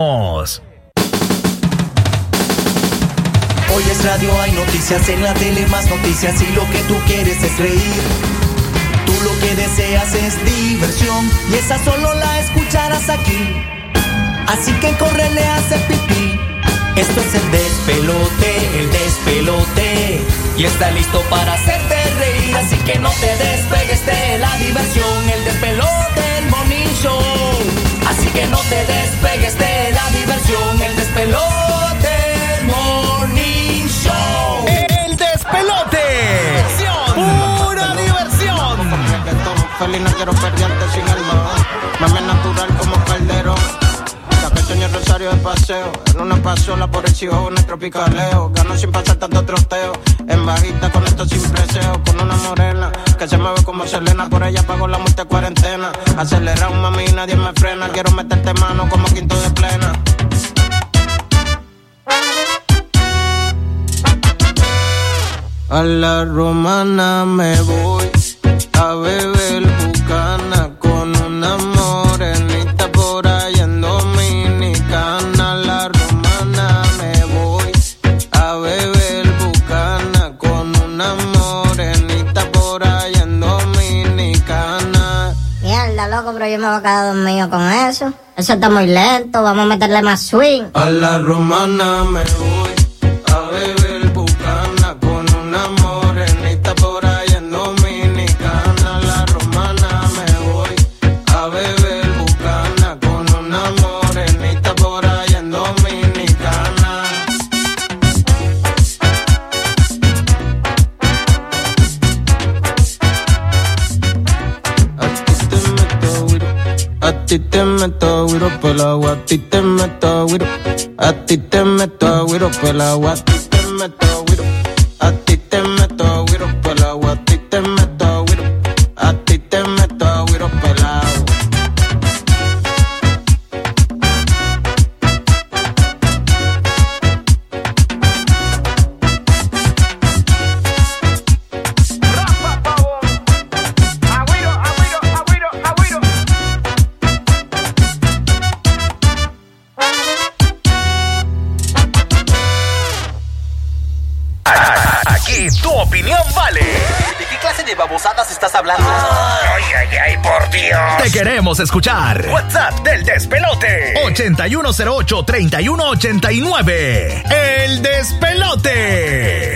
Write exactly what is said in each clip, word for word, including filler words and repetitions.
Hoy es radio, hay noticias en la tele, más noticias y lo que tú quieres es reír. Tú lo que deseas es diversión y esa solo la escucharás aquí. Así que córrele a hacer pipí. Esto es el despelote, el despelote. Y está listo para hacerte reír, así que no te despegues de la diversión. El despelote, el morning show. Así que no te despegues de la diversión. El despelote, el morning show. El despelote. Pura diversión. Feliz, no quiero perderte sin alma. Mame natural como Calderón. Señor Rosario de paseo, en una pasola por el Chihuahua en el tropicaleo. Gano sin pasar tanto troteo, en bajita con esto sin preseo. Con una morena que se mueve como Selena, por ella pago la muerte cuarentena. Acelerado mami, nadie me frena, quiero meterte mano como quinto de plena. A la romana me voy a beber bucana con una morenita por ahí en Dominicana. La romana me voy a beber bucana con una morenita por ahí en Dominicana. Mierda, loco, pero yo me voy a quedar dormido con eso. Eso está muy lento, vamos a meterle más swing. A la romana me voy a beber bucana con una morenita por ahí en Dominicana. La romana me voy a beber bucana con una morenita por ahí en Dominicana. A ti te meto güiro por el agua, a ti te meto güiro, a ti te meto güiro por el agua, a ti te meto güiro, a ti te meto güiro por el agua, a ti te meto güiro, a ti te meto güiro por el agua. Aquí tu opinión vale. ¿De qué clase de babosadas estás hablando? Ay, ay, ay, por Dios. Te queremos escuchar. WhatsApp del despelote. ochenta y uno cero ocho, treinta y uno ochenta y nueve. El despelote.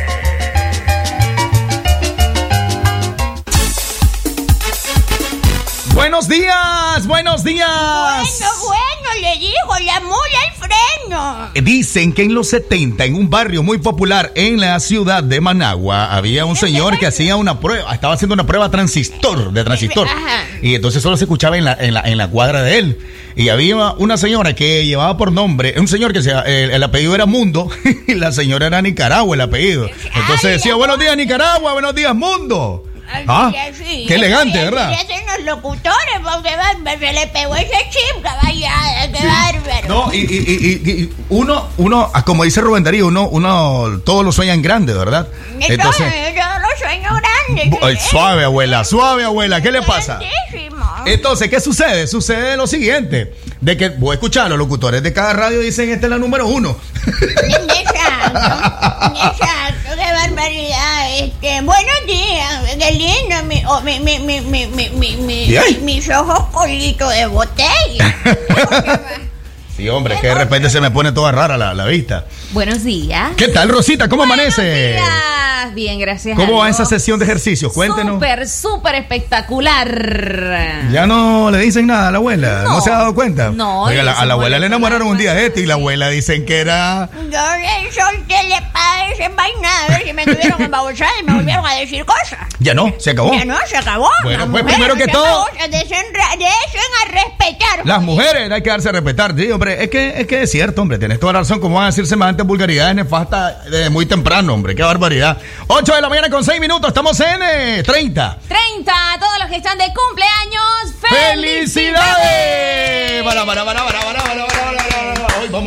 Buenos días, buenos días. Bueno, bueno, le dijo la mula el freno. Dicen que en los setenta, en un barrio muy popular en la ciudad de Managua, había un señor que hacía una prueba, estaba haciendo una prueba transistor, de transistor. Ajá. Y entonces solo se escuchaba en la, en la, en la cuadra de él. Y había una señora que llevaba por nombre, un señor que se, el, el apellido era Mundo, y la señora era Nicaragua el apellido. Entonces decía, buenos días Nicaragua, buenos días Mundo. Ah, sí, qué elegante, sí, ¿verdad? Sí, hacen los locutores, porque bárbaro, se le pegó ese chip, caballada, qué sí. Bárbaro. No, y, y, y, y uno, uno, como dice Rubén Darío, uno, uno, todos lo sueñan grande, ¿verdad? Entonces, yo lo sueño grande. Bu- suave, abuela, suave, abuela, ¿qué le pasa? Grandísimo. Entonces, ¿qué sucede? Sucede lo siguiente, de que, voy a escuchar, los locutores de cada radio dicen, esta es la número uno. Exacto, exacto, qué barbaridad. Este, buenos días, qué lindo, mi, oh, mi, mi, mi, mi, mi, mi, mi, mis ojos colitos de botella. Sí, hombre, es que de repente se me pone toda rara la, la vista. Buenos días. ¿Qué tal, Rosita? ¿Cómo Buenos amanece? Días. Bien, gracias. ¿Cómo va esa sesión de ejercicios? Cuéntenos. Súper, súper espectacular. Ya no le dicen nada a la abuela, ¿no, ¿No se ha dado cuenta? No. Oiga, la, a la abuela le enamoraron un día de esto y la abuela dicen que era... Yo le solté le padre vaina, a ver si me tuvieron que babosar y me volvieron a decir cosas. Ya no, se acabó. Ya no, se acabó. Bueno, pues mujer, primero que todo... Desen a respetar. Las mujeres hay que darse a respetar, sí, hombre. Es que, es que es cierto, hombre. Tienes toda la razón. ¿Cómo van a decir semejantes vulgaridades nefastas desde muy temprano, hombre? Qué barbaridad. ocho de la mañana con seis minutos. Estamos en eh, treinta. treinta. Todos los que están de cumpleaños. ¡Felicidades! Para, para, para, para, para, para, para, para, para. Hoy vamos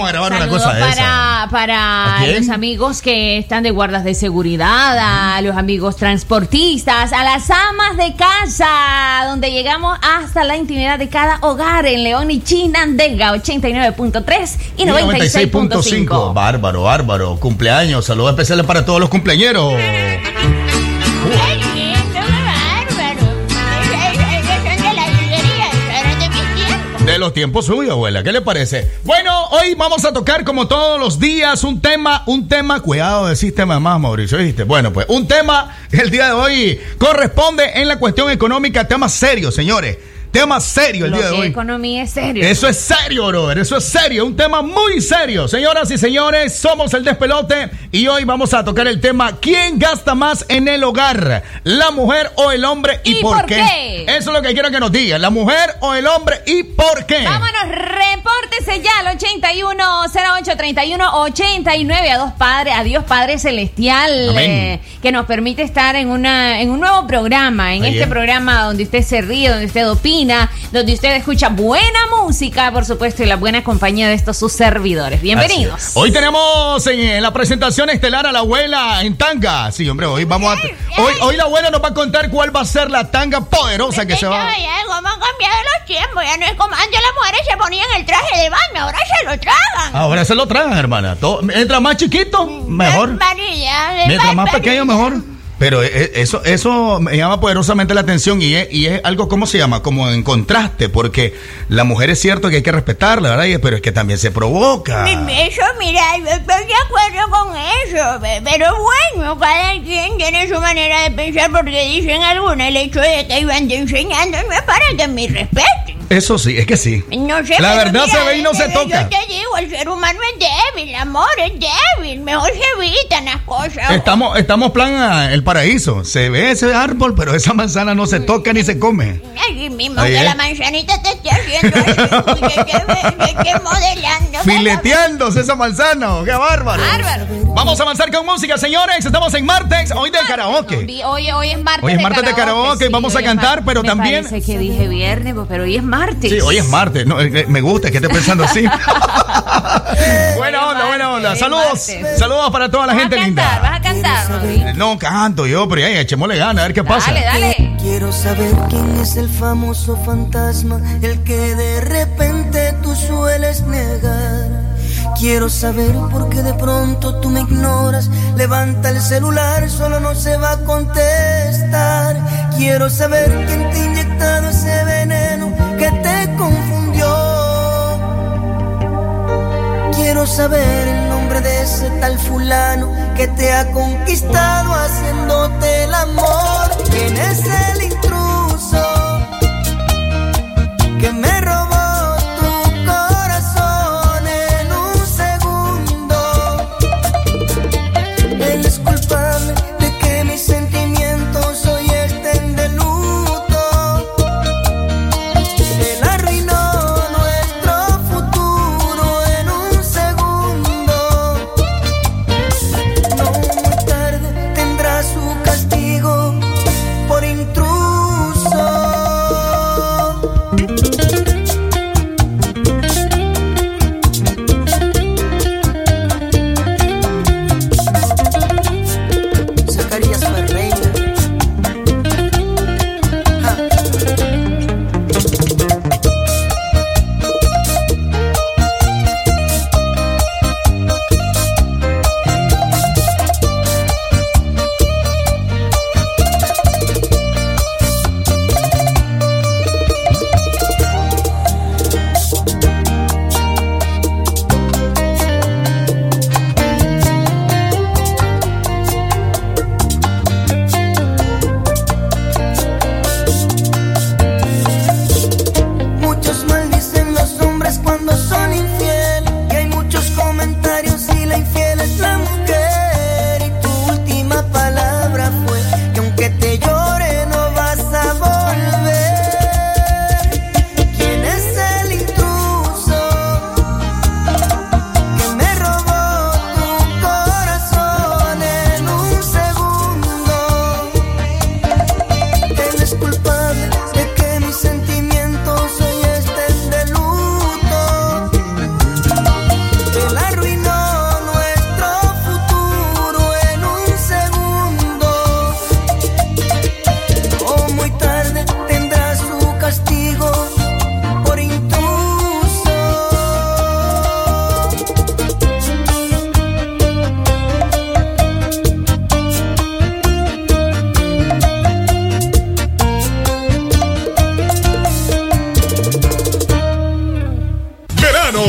a grabar Saludos una cosa de para, esa. para los amigos que están de guardas de seguridad, a los amigos transportistas, a las amas de casa, donde llegamos hasta la intimidad de cada hogar en León y Chinandega, ochenta y nueve punto tres y noventa y seis punto cinco. Bárbaro, bárbaro. Cumpleaños, saludos especiales para todos los cumpleañeros. De los tiempos suyos, abuela. ¿Qué le parece? Bueno, hoy vamos a tocar como todos los días un tema, un tema, cuidado decís tema más, Mauricio, ¿viste? Bueno, pues un tema el día de hoy corresponde en la cuestión económica, tema serio, señores. Tema serio el Lo día de que hoy. Economía es serio. Eso es serio, brother. Eso es serio. Un tema muy serio. Señoras y señores, somos el Despelote y hoy vamos a tocar el tema ¿quién gasta más en el hogar? ¿La mujer o el hombre? ¿Y, ¿Y por, por qué? qué? Eso es lo que quiero que nos digan. ¿La mujer o el hombre? ¿Y por qué? Vámonos, repórtese ya al ochenta y uno cero ocho treinta y uno ochenta y nueve a dos padres, a Dios Padre Celestial, eh, que nos permite estar en una en un nuevo programa, en Ahí este es. programa donde usted se ríe, donde usted opina, donde usted escucha buena música, por supuesto, y la buena compañía de estos sus servidores. Bienvenidos. Hoy tenemos en la presentación estelar a la abuela en tanga. Sí, hombre, hoy vamos a hoy hoy la abuela nos va a contar cuál va a ser la tanga poderosa que se va. Ya, ¿cómo han cambiado los tiempos? Ya no es como antes las mujeres se ponían el traje de baño, ahora se lo tragan. Ahora se lo tragan, hermana. Todo, mientras más chiquito, mejor. María, Mientras más pequeño, mejor. Pero eso eso me llama poderosamente la atención y es, y es algo, ¿cómo se llama? Como en contraste, porque la mujer es cierto que hay que respetarla, ¿verdad? Y- Pero es que también se provoca. Eso, mira, yo estoy de acuerdo con eso, pe- pero bueno, cada quien tiene su manera de pensar porque dicen algunos, el hecho de que yo ande enseñando no es para que me respeten. Eso sí, es que sí. No sé, La pero verdad mira, se ve y no se pero toca. Yo te digo, el ser humano es débil, amor, es débil, mejor se evitan las cosas. Estamos, estamos plan a el paraíso. Se ve ese árbol, pero esa manzana no se toca ni se come. Así mismo Ahí que es. la manzanita te esté haciendo así, uy, que, que, que, que modelando. Fileteándose esa manzana, ¡qué bárbaro! Bárbaro. Vamos a avanzar con música, señores. Estamos en martes, hoy de karaoke. Vi- Hoy, hoy es martes Hoy es de martes de karaoke y vamos hoy a es cantar, mar- pero me también- parece que dije viernes, pues, pero hoy es martes. Sí, hoy es martes. No, eh, me gusta que esté pensando así. Buena onda, buena onda. Hoy es Saludos, martes. saludos para toda la Vas gente a cantar, vas linda. a cantar, Mauri. No canto yo, pero ya, echémosle gana, a ver qué pasa. Dale, dale. Quiero saber quién es el famoso fantasma, el que de repente tú sueles negar. Quiero saber por qué de pronto tú me ignoras. Levanta el celular, solo no se va a contestar. Quiero saber quién te ha inyectado ese veneno que te confundió. Quiero saber el nombre de ese tal fulano que te ha conquistado haciéndote el amor. ¿Quién es el intruso que me robó tu corazón en un segundo? Él es culpable de que mis sentimientos hoy estén de luto. Él arruinó nuestro futuro en un segundo. No muy tarde tendrá su castigo por intruso.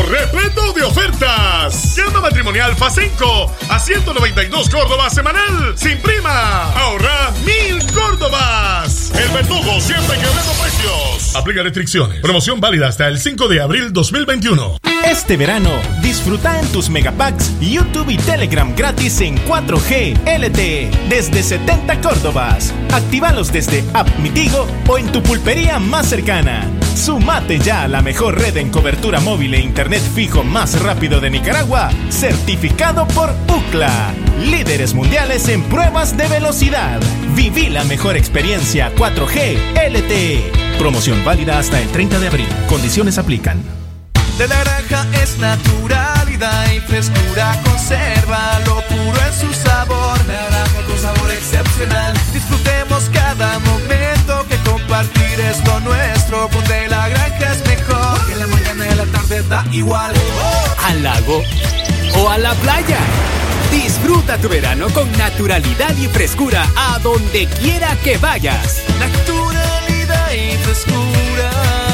repleto de ofertas. Llama matrimonial Facenco a ciento noventa y dos Córdobas semanal sin prima. Ahorra mil Córdobas. El Verdugo siempre quebrando precios. Aplica restricciones. Promoción válida hasta el cinco de abril dos mil veintiuno. Este verano, disfruta en tus megapacks YouTube y Telegram gratis en cuatro G L T E desde setenta Córdobas. Actívalos desde App Mi Tigo o en tu pulpería más cercana. Sumate ya a la mejor red en cobertura móvil e internet fijo más rápido de Nicaragua, certificado por Ookla. Líderes mundiales en pruebas de velocidad. Viví la mejor experiencia cuatro G L T E. Promoción válida hasta el treinta de abril. Condiciones aplican. De la granja es naturalidad y frescura, conserva lo puro en su sabor. La granja con sabor excepcional. Disfrutemos cada momento, que compartir es lo nuestro. Ponte la granja es mejor, porque en la mañana y en la tarde da igual. Al lago o a la playa. Disfruta tu verano con naturalidad y frescura a donde quiera que vayas. Naturalidad y frescura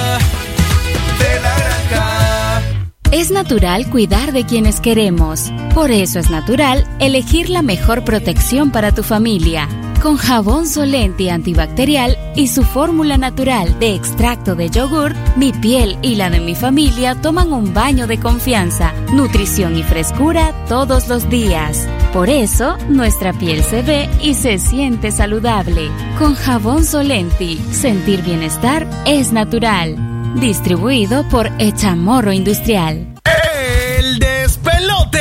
de la granja. Es natural cuidar de quienes queremos. Por eso es natural elegir la mejor protección para tu familia. Con jabón Solenti antibacterial y su fórmula natural de extracto de yogur, mi piel y la de mi familia toman un baño de confianza, nutrición y frescura todos los días. Por eso, nuestra piel se ve y se siente saludable. Con jabón Solenti, sentir bienestar es natural. Distribuido por Echamorro Industrial. El despelote.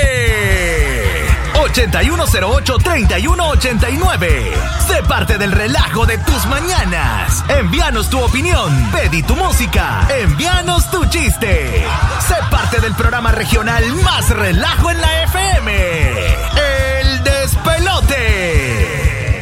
ochenta y uno cero ocho, treinta y uno ochenta y nueve. Sé parte del relajo de tus mañanas. Envíanos tu opinión. Pedí tu música. Envíanos tu chiste. Sé parte del programa regional más relajo en la F M. El despelote.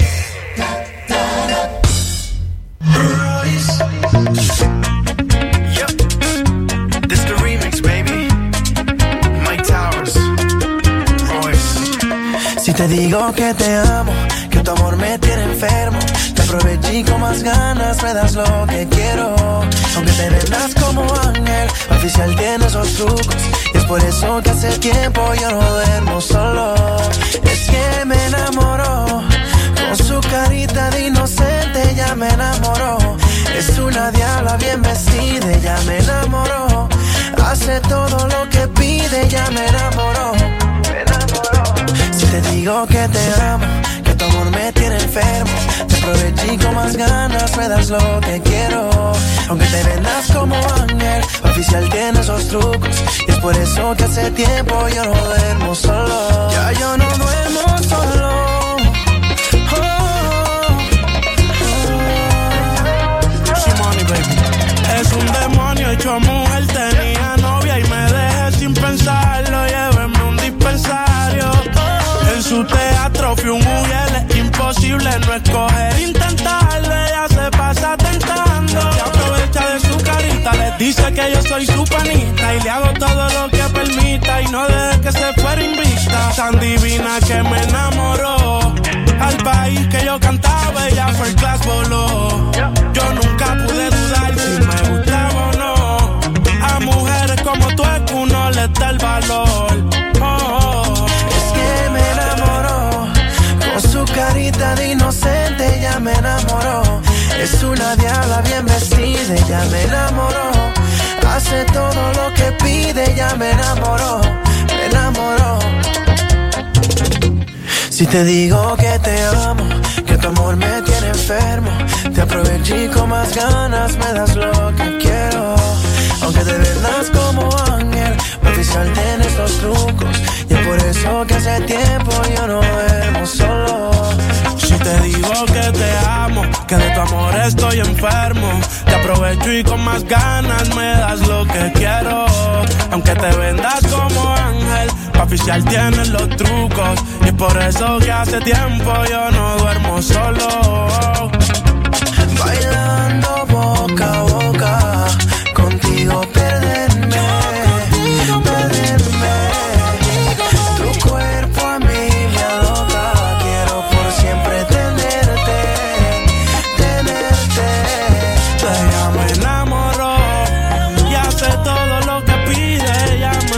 Si te digo que te amo, que tu amor me tiene enfermo, te aproveché y con más ganas me das lo que quiero. Aunque te vendas como ángel, oficial tiene esos trucos, y es por eso que hace tiempo yo no duermo solo. Es que me enamoró, con su carita de inocente ya me enamoró. Es una diabla bien vestida, ya me enamoró. Hace todo lo que pide, ya me enamoró. Si te digo que te amo, que tu amor me tiene enfermo, te aproveché y con más ganas me das lo que quiero. Aunque te vendas como ángel, oficial tiene esos trucos, y es por eso que hace tiempo yo no duermo solo. Ya yo no duermo solo. Oh, oh, oh. Money, baby. Es un demonio hecho mujer, tenía novia y me dejé sin pensarlo, llévenme un dispensario. En su teatro fui un mujer, es imposible no escoger, intentarlo, ella se pasa tentando. Y aprovecha de su carita, les dice que yo soy su panita, y le hago todo lo que permita, y no deje que se fuera invicta. Tan divina que me enamoró, al país que yo cantaba, ella first class voló. Yo nunca pude dudar si me gustaba o no, a mujeres como tú es que uno les da el valor. Oh, oh. Su carita de inocente ya me enamoró. Es una diabla bien vestida, ya me enamoró. Hace todo lo que pide, ya me enamoró. Me enamoró. Si te digo que te amo, que tu amor me tiene enfermo, te aproveché y con más ganas me das lo que quiero. Aunque te vendas como ángel, oficial tienes los trucos, y es por eso que hace tiempo yo no duermo solo. Si te digo que te amo, que de tu amor estoy enfermo, te aprovecho y con más ganas me das lo que quiero. Aunque te vendas como ángel, pa' oficial tienes los trucos, y es por eso que hace tiempo yo no duermo solo. Bailando boca a boca, contigo perderme, perderme. Tu cuerpo a mí me aloca, quiero por siempre tenerte, tenerte. Ella me enamoró y hace todo lo que pide, ella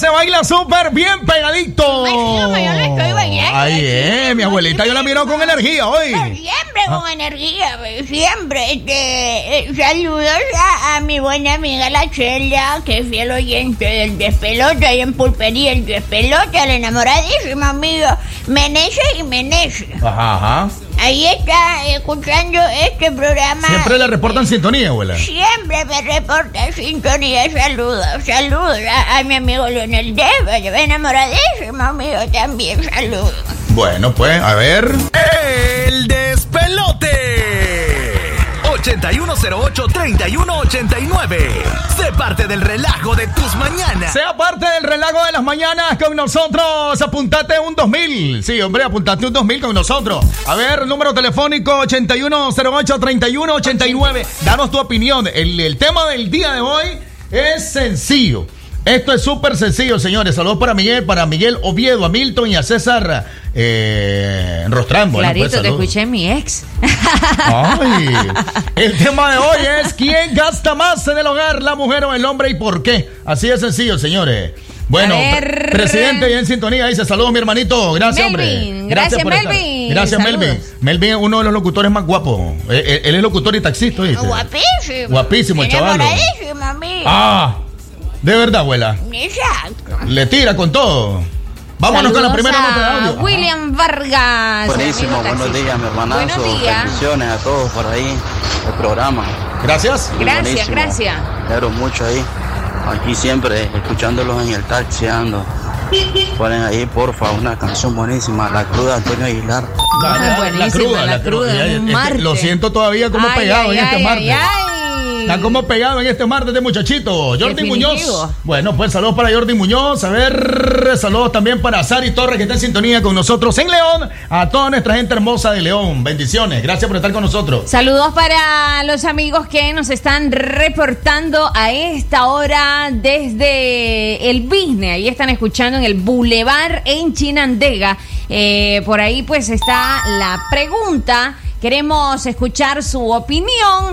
se baila súper bien pegadito. Ay, sí, yo lo estoy bailando. Ay, eh, mi abuelita, yo la miro con energía hoy. Pero siempre ah. con energía, siempre. Este, eh, saludos a, a mi buena amiga la Chela, que es fiel oyente del Despelote, ahí en Pulpería, el Despelote, la enamoradísima amiga Meneses y Meneses. Ajá, ajá. Ahí está escuchando este programa. Siempre le reportan sintonía, abuela. Siempre me reporta sintonía. Saludos, saludos a, a mi amigo Leonel Deva, enamoradísimo amigo también. Saludos. Bueno, pues, a ver. El Despelote. ochenta y uno cero ocho, treinta y uno ochenta y nueve. Sé parte del relajo de tus mañanas. Sea parte del relajo de las mañanas con nosotros. Apuntate un dos mil. Sí, hombre, apuntate un dos mil con nosotros. A ver, número telefónico ochenta y uno cero ocho, treinta y uno ochenta y nueve. Danos tu opinión. El, el tema del día de hoy es sencillo. Esto es súper sencillo, señores. Saludos para Miguel, para Miguel Oviedo, a Milton y a César eh, Rostrán. Bueno, Clarito, pues, te escuché mi ex. Ay, el tema de hoy es ¿quién gasta más en el hogar, la mujer o el hombre y por qué? Así de sencillo, señores. Bueno, pre- presidente y en sintonía dice, saludos mi hermanito, gracias Melvin, hombre. Gracias, por Melvin. Estar. Gracias Saludos. Melvin. Melvin es uno de los locutores más guapos. Él, él, él es locutor y taxista, ¿viste? Guapísimo. Guapísimo el chaval. Enamoradísimo, amigo. Ah, de verdad, abuela. Exacto. Le tira con todo. Vámonos Saludos con la primera nota de audio. William Vargas. Buenísimo, buenos días, mi hermanazo. Buenos días. Bendiciones a todos por ahí, el programa. Gracias. Gracias, Buenísimo. gracias. Quiero mucho ahí. Aquí siempre escuchándolos en el taxi ando. Ponen ahí, porfa, una canción buenísima, La Cruda, Antonio Aguilar. La, la, la cruda, la cruda. un Este, martes. lo siento todavía como Ay, pegado ay, en este ay, martes. ay, ay. Está como pegado en este martes de muchachito. Jordi Definitivo. Muñoz. Bueno, pues saludos para Jordi Muñoz. A ver, saludos también para Sari Torres, que está en sintonía con nosotros en León. A toda nuestra gente hermosa de León. Bendiciones. Gracias por estar con nosotros. Saludos para los amigos que nos están reportando a esta hora desde el Business. Ahí están escuchando en el Boulevard en Chinandega. Eh, por ahí pues está la pregunta. Queremos escuchar su opinión.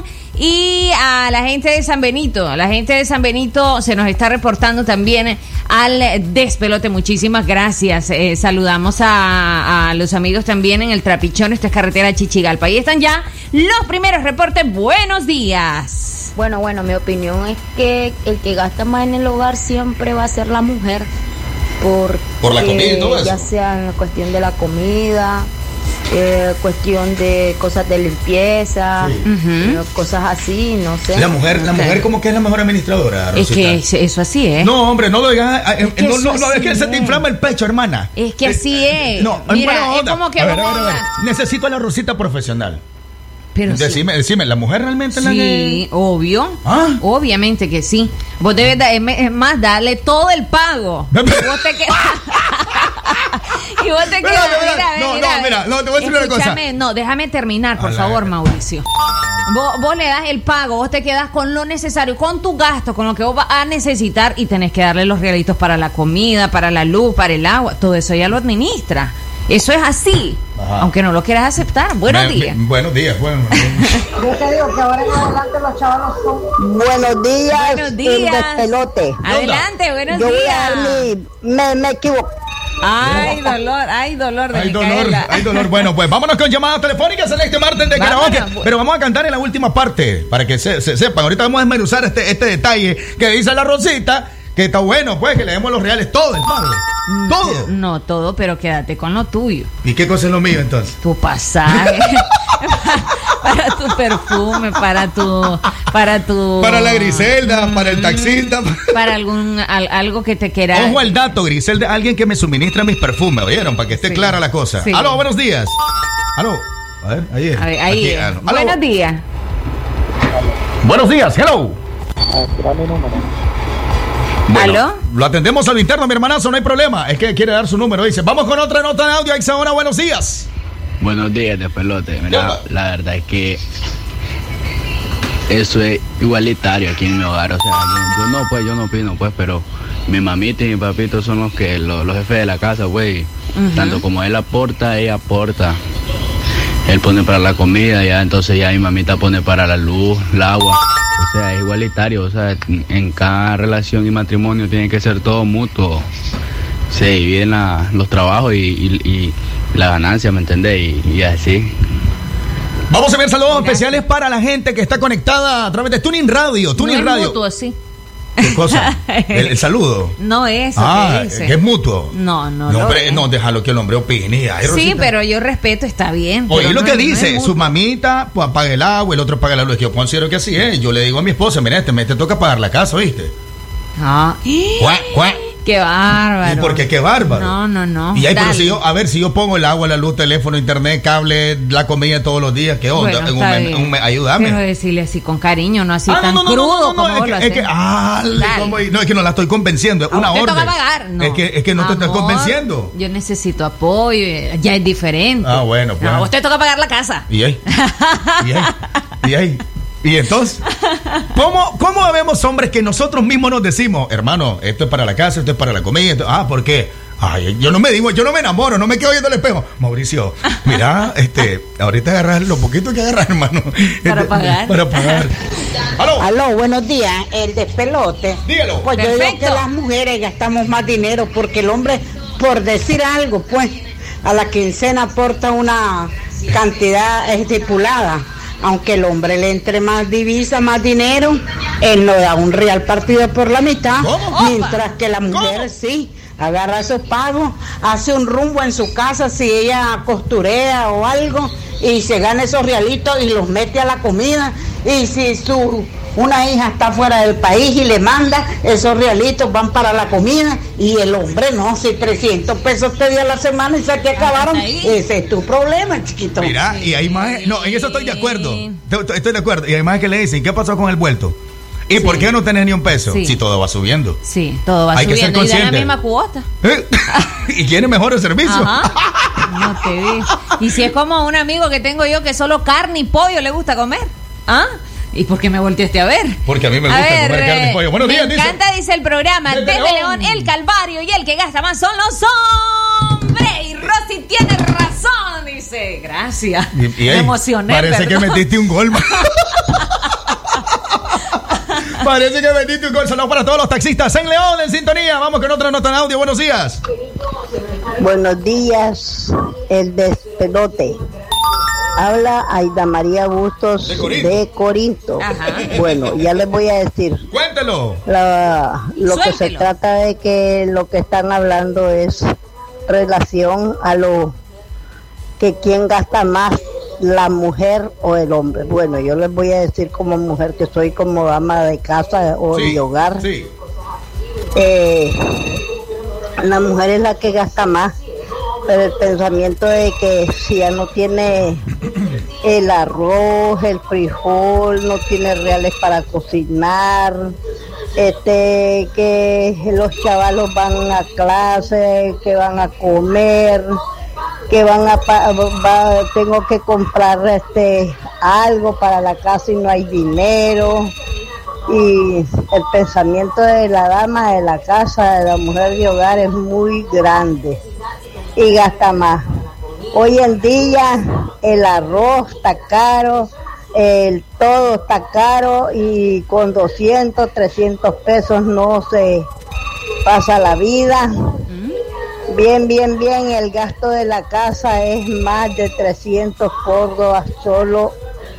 Y a la gente de San Benito, a la gente de San Benito se nos está reportando también al Despelote. Muchísimas gracias. Eh, saludamos a, a los amigos también en el Trapichón, esta es carretera Chichigalpa. Ahí están ya los primeros reportes. Buenos días. Bueno, bueno, mi opinión es que el que gasta más en el hogar siempre va a ser la mujer. Por, Por la comida y todo eso. Ya sea en la cuestión de la comida, eh, cuestión de cosas de limpieza, Sí. eh, cosas así, no sé. La mujer, la mujer como que es la mejor administradora, Es Rosita. que es- eso así es. No, hombre, no lo digas. eh, que No, eso no, no, es así que se te es. inflama el pecho, hermana. Es que así es. No, en Mira, buena es onda. como que A ver, a vamos ver, a ver. a- Necesito a la Rosita profesional. Pero sí. decime, decime, ¿la mujer realmente es la Sí, que...? obvio. Obviamente que sí. Vos debes, da- es me- es más, darle todo el pago. Y vos te quedas. y vos te Espérate, quedas. espérate. Mira, No, mira, no, mira, no, te voy a decir una cosa. Escúchame, no, déjame terminar, por A la favor, verga. Mauricio. Vos, vos le das el pago, vos te quedas con lo necesario, con tu gasto, con lo que vos vas a necesitar y tenés que darle los regalitos para la comida, para la luz, para el agua. Todo eso ya lo administra. Eso es así. Ajá. Aunque no lo quieras aceptar. Buenos Me- días. me- buenos días, bueno. Yo te digo que ahora en adelante los chavalos son... Buenos días, Buenos días. el Despelote. Adelante, buenos Yo voy días. a dar mi... Me, me equivoco. Ay, dolor, ay, dolor de Hay dolor, Micaela. hay dolor. Bueno, pues vámonos con llamadas telefónicas en este martes de Vámonos, karaoke. pues. Pero vamos a cantar en la última parte para que se, se sepan. Ahorita vamos a desmenuzar este, este detalle que dice la Rosita, que está bueno, pues, que le demos los reales todo el pago. Todo. No, todo, pero quédate con lo tuyo. ¿Y qué cosa es lo mío entonces? Tu pasaje. Para tu perfume, para tu. Para tu. Para la Griselda, para el taxista. Para algún. al- algo que te quiera. Ojo al dato, Griselda, alguien que me suministra mis perfumes, ¿oyeron? Para que esté Sí. clara la cosa. Sí. Aló, buenos días. Aló. A ver, ahí es. A ver, ahí. Aquí, es. aló. Aló. Buenos días. Buenos días, hello. Bueno, ¿Aló? lo atendemos al interno, mi hermanazo, no hay problema. Es que quiere dar su número, dice. Vamos con otra nota de audio, a esa hora, buenos días. Buenos días, Despelote. ¿Qué Mira, onda? la verdad es que eso es igualitario aquí en mi hogar. O sea, yo, yo no, pues, yo no opino, pues, pero mi mamita y mi papito son los que los, los jefes de la casa, güey. Ujú. Tanto como él aporta, ella aporta. él pone para la comida, ya entonces ya mi mamita pone para la luz, el agua. O sea, es igualitario, o sea, en cada relación y matrimonio tiene que ser todo mutuo. Se dividen la, los trabajos y, y, y la ganancia, ¿me entendés? Y, y así. Vamos a ver saludos Gracias. especiales para la gente que está conectada a través de Tuning Radio. Tuning no Radio. Es mutuo, sí. ¿Qué cosa? El, el saludo. No es eso ah, que dice. que es mutuo. No, no. No, pero, no déjalo que el hombre opine. Ay, sí, Rosita. pero yo respeto, está bien. Oye, lo no, que dice, no su mamita pues, apaga el agua, el otro apaga la luz. Yo considero que así es. Yo le digo a mi esposa, mira, este mes te toca pagar la casa, ¿viste? Ah. ¿Cuá, cuá? Qué bárbaro. ¿Y por qué qué bárbaro? No, no, no. Y ahí, pero si yo, a ver, si yo pongo el agua, la luz, teléfono, internet, cable, la comida todos los días, ¿qué onda? Bueno, un, un, un, un, ayúdame. Quiero decirle así con cariño, no así ah, tan no, no, crudo no, no, no, como no, vos es lo que, es que, haces. ah, ¿cómo? No, es que no la estoy convenciendo, es una ¿A usted orden. toca pagar? No. Es que, es que no Amor, te estás convenciendo. Yo necesito apoyo, ya es diferente. Ah, bueno, pues. No, usted toca pagar la casa. ¿Y ahí? ¿Y ahí? ¿Y ahí? Y entonces, ¿cómo, ¿cómo vemos hombres que nosotros mismos nos decimos, hermano, esto es para la casa, esto es para la comida? Esto, ah, ¿por qué? Ay, yo no me digo, yo no me enamoro, no me quedo viendo el espejo. Mauricio, mira, este, ahorita agarras lo poquito que agarras, hermano. Para este, pagar. Para pagar. Aló. Aló, buenos días. El despelote. Dígalo. Pues Perfecto. yo digo que las mujeres gastamos más dinero porque el hombre, por decir algo, pues, a la quincena aporta una cantidad estipulada. Aunque el hombre le entre más divisa, más dinero, él no da un real partido por la mitad. ¿Cómo? Mientras que la mujer ¿Cómo? sí agarra esos pagos, hace un rumbo en su casa si ella costurea o algo y se gana esos realitos y los mete a la comida. Y si su una hija está fuera del país y le manda, esos realitos van para la comida. Y el hombre no, si trescientos pesos te dio a la semana y se te acabaron, ese es tu problema, chiquito. Mira, y hay más, no, en eso estoy de acuerdo, estoy de acuerdo. Y además que le dicen, ¿qué pasó con el vuelto? ¿Y sí. por qué no tenés ni un peso? Sí. Si todo va subiendo. Sí, todo va Hay subiendo. Que ser consciente. Y da la misma cuota. ¿Eh? ¿Y quiere mejores servicios? Ajá. No te vi. Y si es como un amigo que tengo yo que solo carne y pollo le gusta comer. ¿Ah? ¿Y por qué me volteaste a ver? Porque a mí me gusta ver, comer carne y pollo. Buenos me días, Me encanta, dice, dice el programa. Desde, Desde León. León, el Calvario. Y el que gasta más son los hombres. Y Rosy tiene razón, dice. Gracias. Y, y, me emocioné. Parece ¿verdad? que metiste un gol. Parece que metiste un gol. Saludos para todos los taxistas en León, en sintonía. Vamos con otra nota en audio. Buenos días. Buenos días, el despelote. Habla Aida María Bustos de Corinto. De Corinto. Bueno, ya les voy a decir. Cuéntelo. La, lo Suéltelo. que se trata de que lo que están hablando es relación a lo que quién gasta más, la mujer o el hombre. Bueno, yo les voy a decir como mujer que soy como dama de casa o sí, de hogar. Sí. Eh, la mujer es la que gasta más. Pero el pensamiento de que si ya no tiene el arroz, el frijol, no tiene reales para cocinar, este, que los chavalos van a clase, que van a comer, que van a va, tengo que comprar este algo para la casa y no hay dinero. Y el pensamiento de la dama de la casa, de la mujer de hogar, es muy grande y gasta más. Hoy en día el arroz está caro, el todo está caro y con doscientos, trescientos pesos no se pasa la vida. Bien, bien, bien, el gasto de la casa es más de trescientos córdobas solo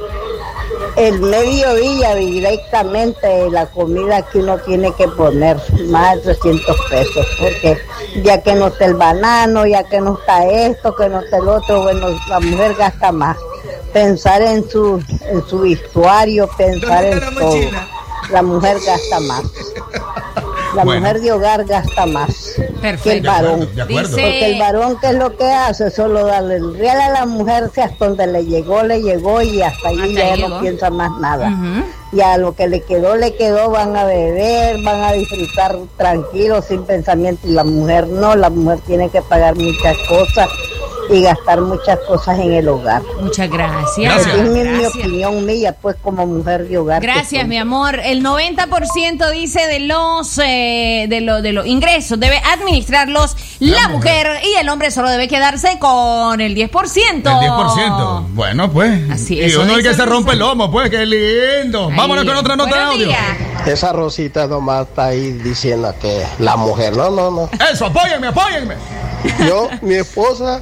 el mediodía, directamente la comida que uno tiene que poner, más de trescientos pesos, porque ya que no está el banano, ya que no está esto, que no está el otro, bueno, la mujer gasta más. Pensar en su, en su vestuario, pensar en todo. La mujer gasta más. La bueno. mujer de hogar gasta más. Perfecto. Que el varón. De acuerdo. Porque el varón, ¿qué es lo que hace? Solo darle el real a la mujer, que hasta donde le llegó, le llegó y hasta ahí ya llegó. No piensa más nada. Uh-huh. Y a lo que le quedó, le quedó, van a beber, van a disfrutar tranquilos, sin pensamiento. Y la mujer no, la mujer tiene que pagar muchas cosas y gastar muchas cosas en el hogar. Muchas gracias. Gracias. Es mi, mi Gracias. opinión mía, pues, como mujer de hogar. Gracias, pues, mi amor. El noventa por ciento dice de los eh, de, lo, de los ingresos debe administrarlos la, la mujer. mujer y el hombre solo debe quedarse con el diez por ciento. El diez por ciento. Bueno, pues. Así y es. uno es el que se rompe el lomo, pues, qué lindo. Ahí. Vámonos con otra nota de audio. Esa Rosita nomás está ahí diciendo que la mujer, no, no, no. Eso, apóyenme, apóyenme. Yo, mi esposa,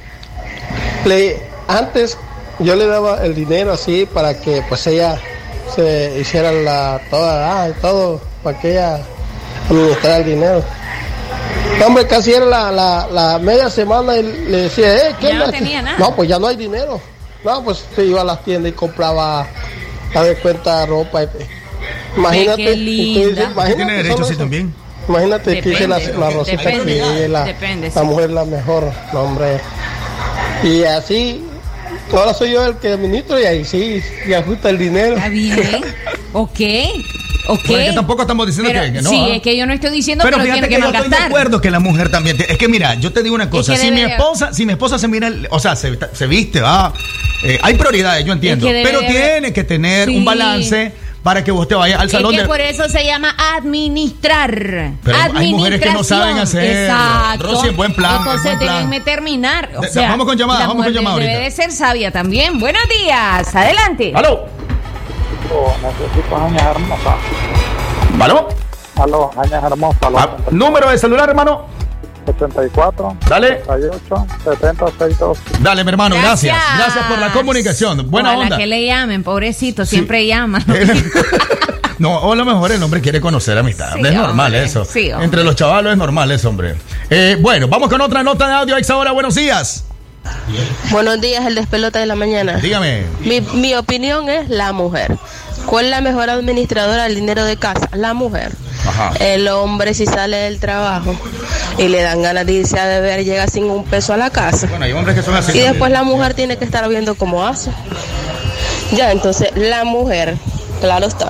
le, antes yo le daba el dinero así para que pues ella se hiciera la toda, ah, todo, para que ella administrara el dinero. Hombre, casi era la, la, la media semana y le decía, eh, ¿qué Ya no onda? tenía nada. No, pues ya no hay dinero. No, pues se iba a las tiendas y compraba, a de cuenta, ropa. Y, imagínate, qué linda. entonces, imagínate Tiene derecho, solo sí, eso. también. Imagínate que dice la, Depende, la Rosita depende, que es la, depende, la sí. mujer la mejor, no, hombre. Y así, ahora soy yo el que administro y ahí sí, y ajusta el dinero. Está bien. Ok. Ok. Bueno, es que tampoco estamos diciendo Pero, que, que no. Sí, ¿ah? es que yo no estoy diciendo Pero que lo fíjate tiene que que yo estoy de malgastar. acuerdo que la mujer también tiene- es que mira, yo te digo una cosa, Es que si mi debe de- esposa, si mi esposa se mira, el- o sea, se, se viste, va, eh, hay prioridades, yo entiendo, Es que debe pero de- tiene que tener Sí. un balance para que vos te vayas al Es salón que de... por eso se llama administrar. Pero hay mujeres que no saben hacerlo. Exacto. Rosy, en buen plan, en Entonces buen plan. déjenme terminar. O De- sea, vamos con llamada, la vamos con mujer llamada Debe ahorita. de ser sabia también. Buenos días. Adelante. ¿Aló? Necesito añas hermosas. ¿Aló? Aló, añas hermosas. Ah, número de celular, hermano. setenta y cuatro, Dale. setenta y ocho, setenta, sesenta y dos. Dale, mi hermano, gracias. Gracias. Gracias por la comunicación. Buena Ojalá onda. que le llamen, pobrecito, siempre llaman. No, o a lo mejor el hombre quiere conocer amistad. Sí, es normal hombre, eso. sí, hombre. Entre los chavalos es normal eso, hombre. Eh, bueno, vamos con otra nota de audio a esa hora. Buenos días. Buenos días, el despelote de la mañana. Dígame. Mi, mi opinión es la mujer. ¿Cuál es la mejor administradora del dinero de casa? La mujer. Ajá. El hombre, si sale del trabajo y le dan ganas de irse a beber, llega sin un peso a la casa. Bueno, hay hombres que son así. Y también. después la mujer tiene que estar viendo cómo hace. Ya, entonces la mujer, claro está.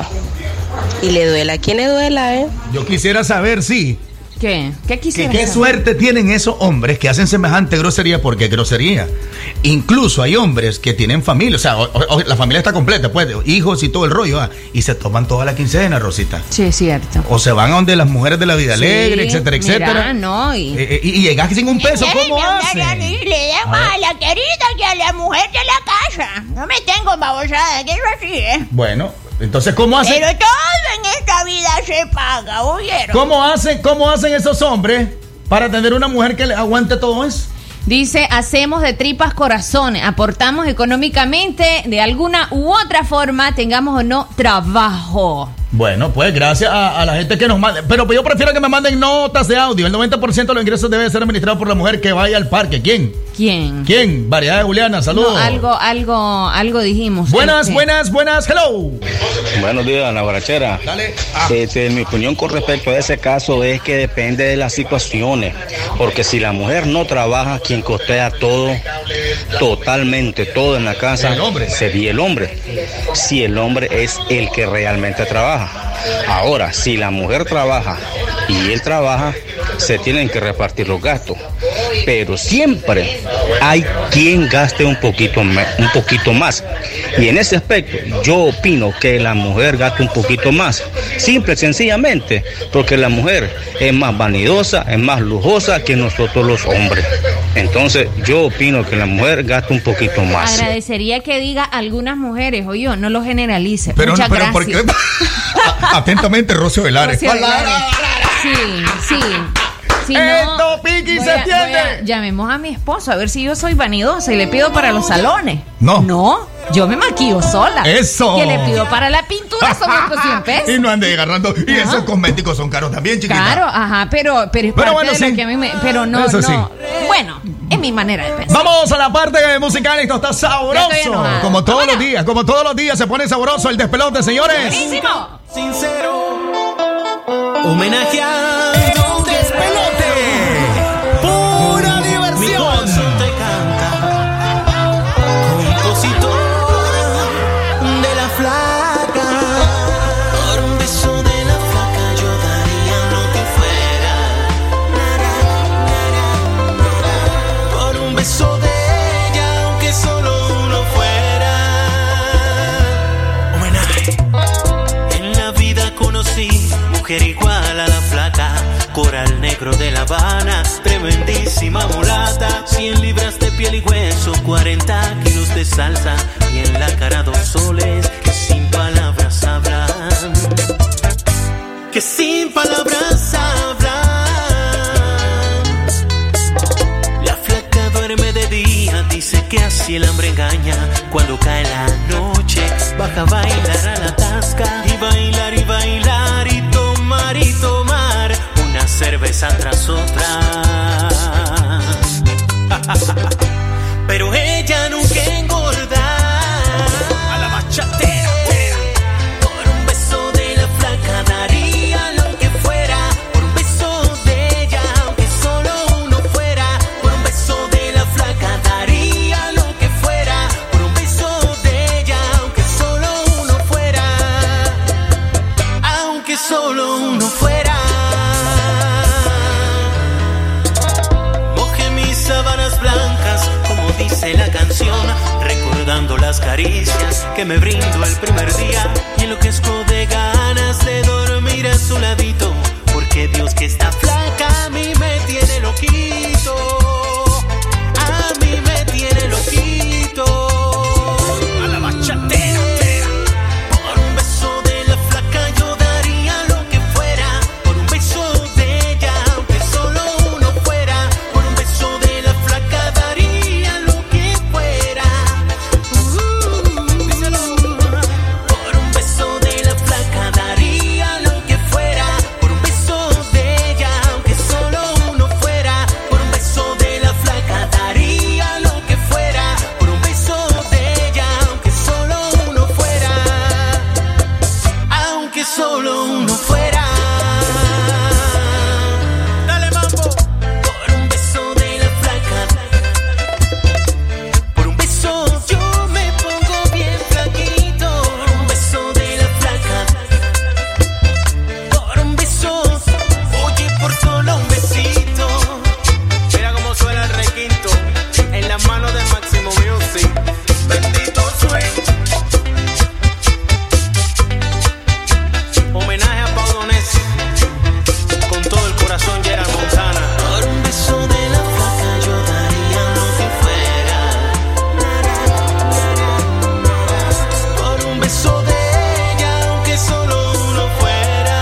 Y le duela a quien le duela, ¿eh? Yo quisiera saber, sí. ¿Qué? ¿Qué Que quisiera qué saber? suerte tienen esos hombres que hacen semejante grosería, porque grosería. Incluso hay hombres que tienen familia, o sea, o- o- la familia está completa, pues, hijos y todo el rollo, ah, y se toman toda la quincena, Rosita. Sí, es cierto. O se van a donde las mujeres de la vida Sí, alegre, etcétera, mira, etcétera. no, y- Eh, eh, y, y llegas sin un peso, ¿cómo Miren, hacen? y le da más a la querida que a la mujer de la casa. No me tengo babosada, que es así, ¿eh? Bueno, entonces, ¿cómo hacen? Pero todo en esta vida se paga, ¿oyeron? ¿Cómo hacen, cómo hacen esos hombres para tener una mujer que le aguante todo eso? Dice, hacemos de tripas corazones, aportamos económicamente de alguna u otra forma, tengamos o no trabajo. Bueno, pues gracias a, a la gente que nos manda. Pero yo prefiero que me manden notas de audio. El noventa por ciento de los ingresos debe ser administrado por la mujer que vaya al parque. ¿Quién? ¿Quién? ¿Quién? Variedad de Juliana, saludos. No, algo, algo, algo dijimos. Buenas, Este, buenas, buenas, hello. Buenos días, la borrachera. Dale. Este, mi opinión con respecto a ese caso es que depende de las situaciones. Porque si la mujer no trabaja, quien costea todo, totalmente todo en la casa, El hombre. sería el hombre. Si el hombre es el que realmente trabaja. Ahora, si la mujer trabaja y él trabaja, se tienen que repartir los gastos. Pero siempre hay quien gaste un poquito, me- un poquito más. Y en ese aspecto, yo opino que la mujer gaste un poquito más. Simple y sencillamente, porque la mujer es más vanidosa, es más lujosa que nosotros los hombres. Entonces, yo opino que la mujer gasta un poquito más. Agradecería que diga algunas mujeres, o yo, no lo generalice. Pero, Muchas pero ¿por gracias. qué? Atentamente, Rocio Velares. Rocío Velares. Sí, sí. Si no, Esto, Piqui, voy se a- entiende. voy a- llamemos a mi esposo a ver si yo soy vanidosa y le pido para los salones. No. No, yo me maquillo sola. Eso. Que le pido para la pintura, son pues cien pesos. Y no ande agarrando. Y Ajá. esos cosméticos son caros también, chiquita. Claro, ajá, pero, pero es Pero parte bueno, de sí. lo que a mí me... Pero no, Eso no. sí. Bueno, es mi manera de pensar. Vamos a la parte musical. Esto está Ya estoy sabroso. enojada. Como todos los días, como todos los días se pone sabroso el despelote, señores. ¡Buenísimo! Sincero, homenajeando un despelote. Pura diversión. Mi corazón te canta, compositor de la flaca. Por un beso de la flaca yo daría lo que fuera. Por un beso de Habana, tremendísima mulata, cien libras de piel y hueso, cuarenta kilos de salsa y en la cara dos soles que sin palabras hablan, que sin palabras hablan. La flaca duerme de día, dice que así el hambre engaña. Cuando cae la noche, baja a bailar a la tasca y bailar y bailar y tomar y tomar una cerveza tras otra. Pero ella nunca engorda. A la bachatera. Por un beso de la flaca daría lo que fuera. Por un beso de ella, aunque solo uno fuera. Por un beso de la flaca daría lo que fuera. Por un beso de ella, aunque solo uno fuera. Aunque solo uno fuera. Moje mis sábanas blancas, como dice la canción, recordando las caricias que me brindo el primer día y enloquezco de ganas de dormir a su ladito, porque Dios que está flaca a mí me tiene loquito, a mí me tiene loquito. A la bachatera. Por un beso de la flaca yo daría lo que fuera, por un beso de ella aunque solo uno fuera, por un beso de la flaca daría lo que fuera. Uh, díselo. Por un beso de la flaca daría lo que fuera, por un beso de ella aunque solo uno fuera, por un beso de la flaca daría lo que fuera, por un beso de ella aunque solo uno fuera, aunque solo uno fuera. Dale mambo. Por un beso de la flaca, por un beso yo me pongo bien flaquito, por un beso de la flaca, por un beso, oye, por solo un besito. Mira cómo suena el requinto en las manos de Máximo Music. Bendito swing. Homenaje a Paudonés con todo el corazón, Gerard Montana. Por un beso de la flaca yo daría lo que fuera, por un beso de ella aunque solo uno fuera.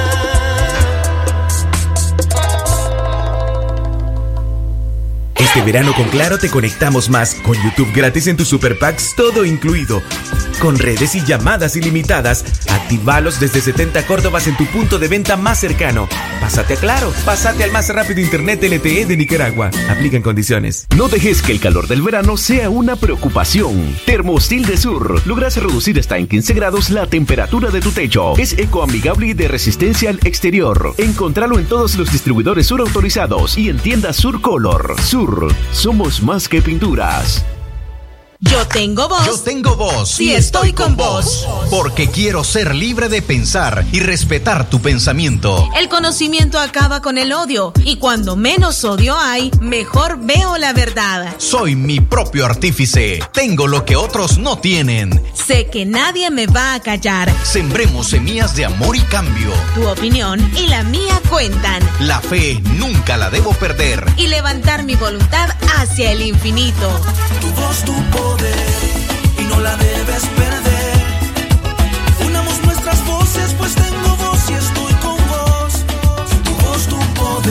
Este verano con Claro te conectamos más, con YouTube gratis en tus Super Packs, todo incluido. Con redes y llamadas ilimitadas, actívalos desde setenta Córdobas en tu punto de venta más cercano. Pásate a Claro, pásate al más rápido internet L T E de Nicaragua. Aplican condiciones. No dejes que el calor del verano sea una preocupación. Termostil de Sur logras reducir hasta en quince grados la temperatura de tu techo. Es ecoamigable y de resistencia al exterior. Encontralo en todos los distribuidores Sur autorizados y en tiendas Sur Color. Sur, somos más que pinturas. Yo tengo voz. Yo tengo voz. Sí, estoy con vos. Porque quiero ser libre de pensar y respetar tu pensamiento. El conocimiento acaba con el odio. Y cuando menos odio hay, mejor veo la verdad. Soy mi propio artífice. Tengo lo que otros no tienen. Sé que nadie me va a callar. Sembremos semillas de amor y cambio. Tu opinión y la mía cuentan. La fe nunca la debo perder. Y levantar mi voluntad hacia el infinito. Tu voz, tu poder, y no la debes perder. Unamos nuestras voces, pues tengo voz y estoy con vos. Tu voz, tu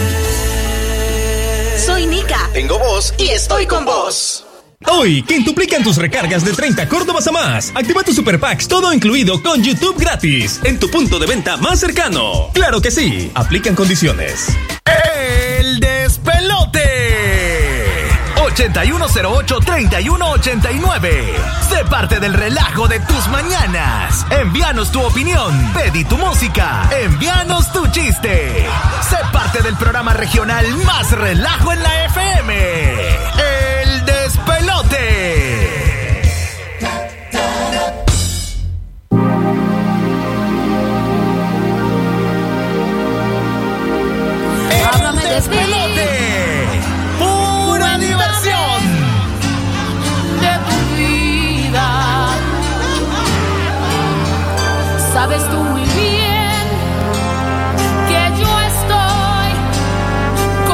poder. Soy Nika. Tengo voz y estoy con vos. Hoy, quintuplican tus recargas de treinta Córdobas a más. Activa tus Super Packs, todo incluido con YouTube gratis en tu punto de venta más cercano. Claro que sí, aplican condiciones. El despelote. ochenta y uno cero ocho, treinta y uno ochenta y nueve. Sé parte del relajo de tus mañanas. Envíanos tu opinión, pedí tu música, envíanos tu chiste. Sé parte del programa regional más relajo en la F M. El despelote. Háblame de despelote. Pura diversión de tu vida. Sabes tú muy bien que yo estoy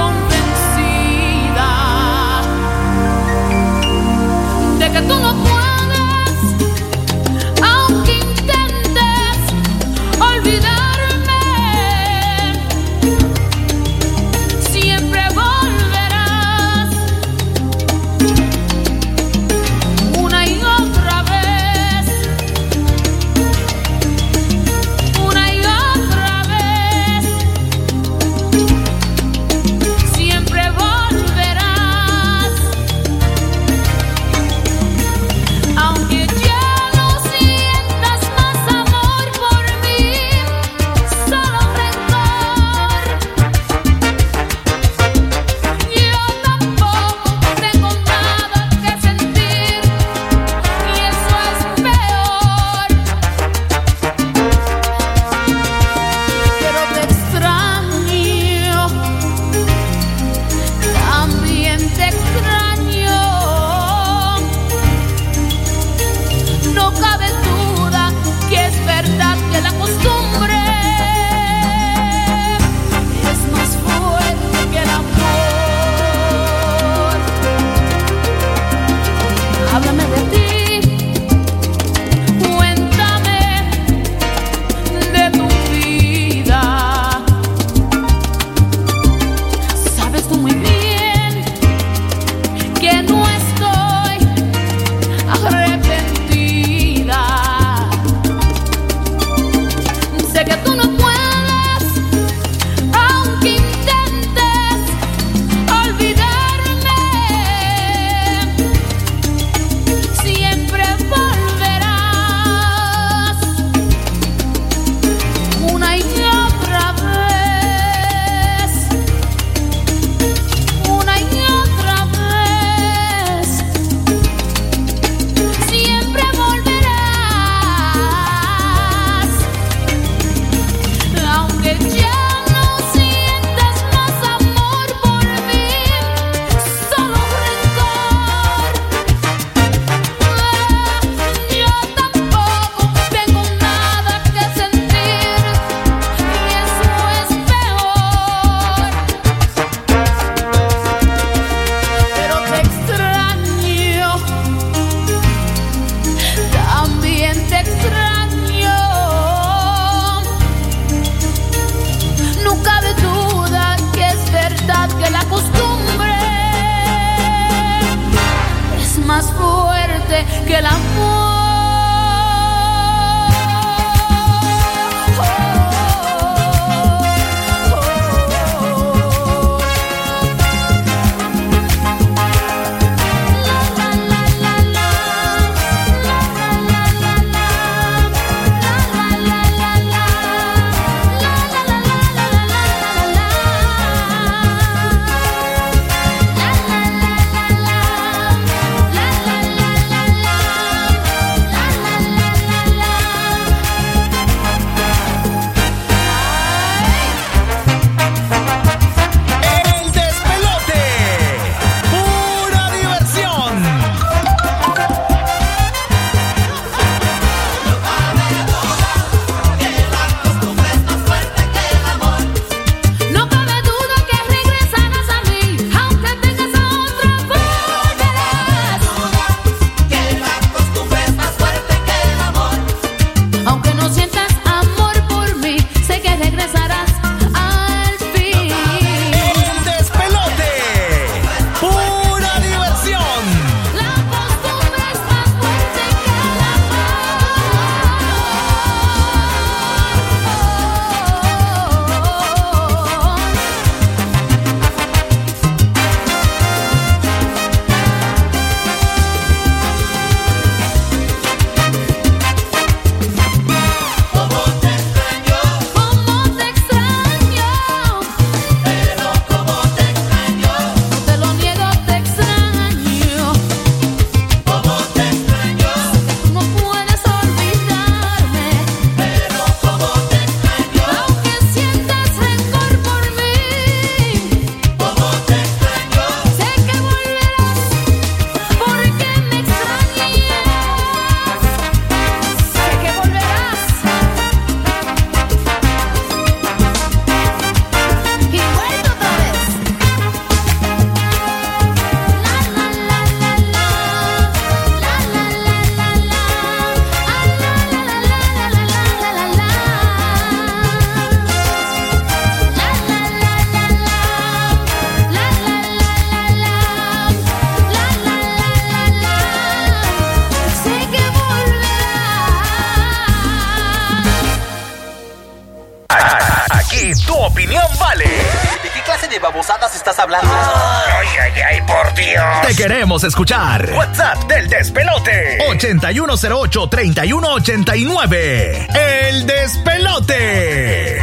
Aquí tu opinión vale. ¿De qué clase de babosadas estás hablando? Ay, ay, ay, por Dios. Te queremos escuchar. WhatsApp del Despelote. ochenta y uno cero ocho, treinta y uno ochenta y nueve. El Despelote.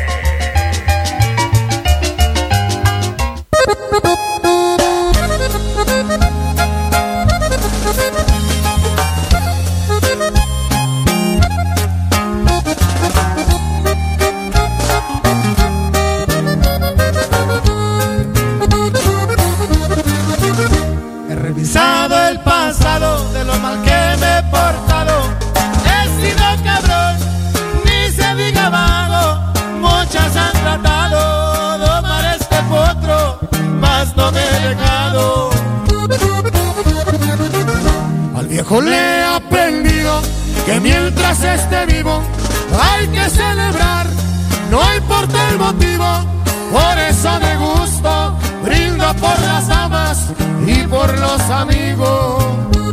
He revisado el pasado de lo mal que me he portado. He sido cabrón, ni se diga vago. Muchas han tratado de domar este potro, mas no me he dejado. Al viejo le he aprendido que mientras esté vivo hay que celebrar, no importa el motivo. Por eso me gusto, brindo por las damas y por los amigos.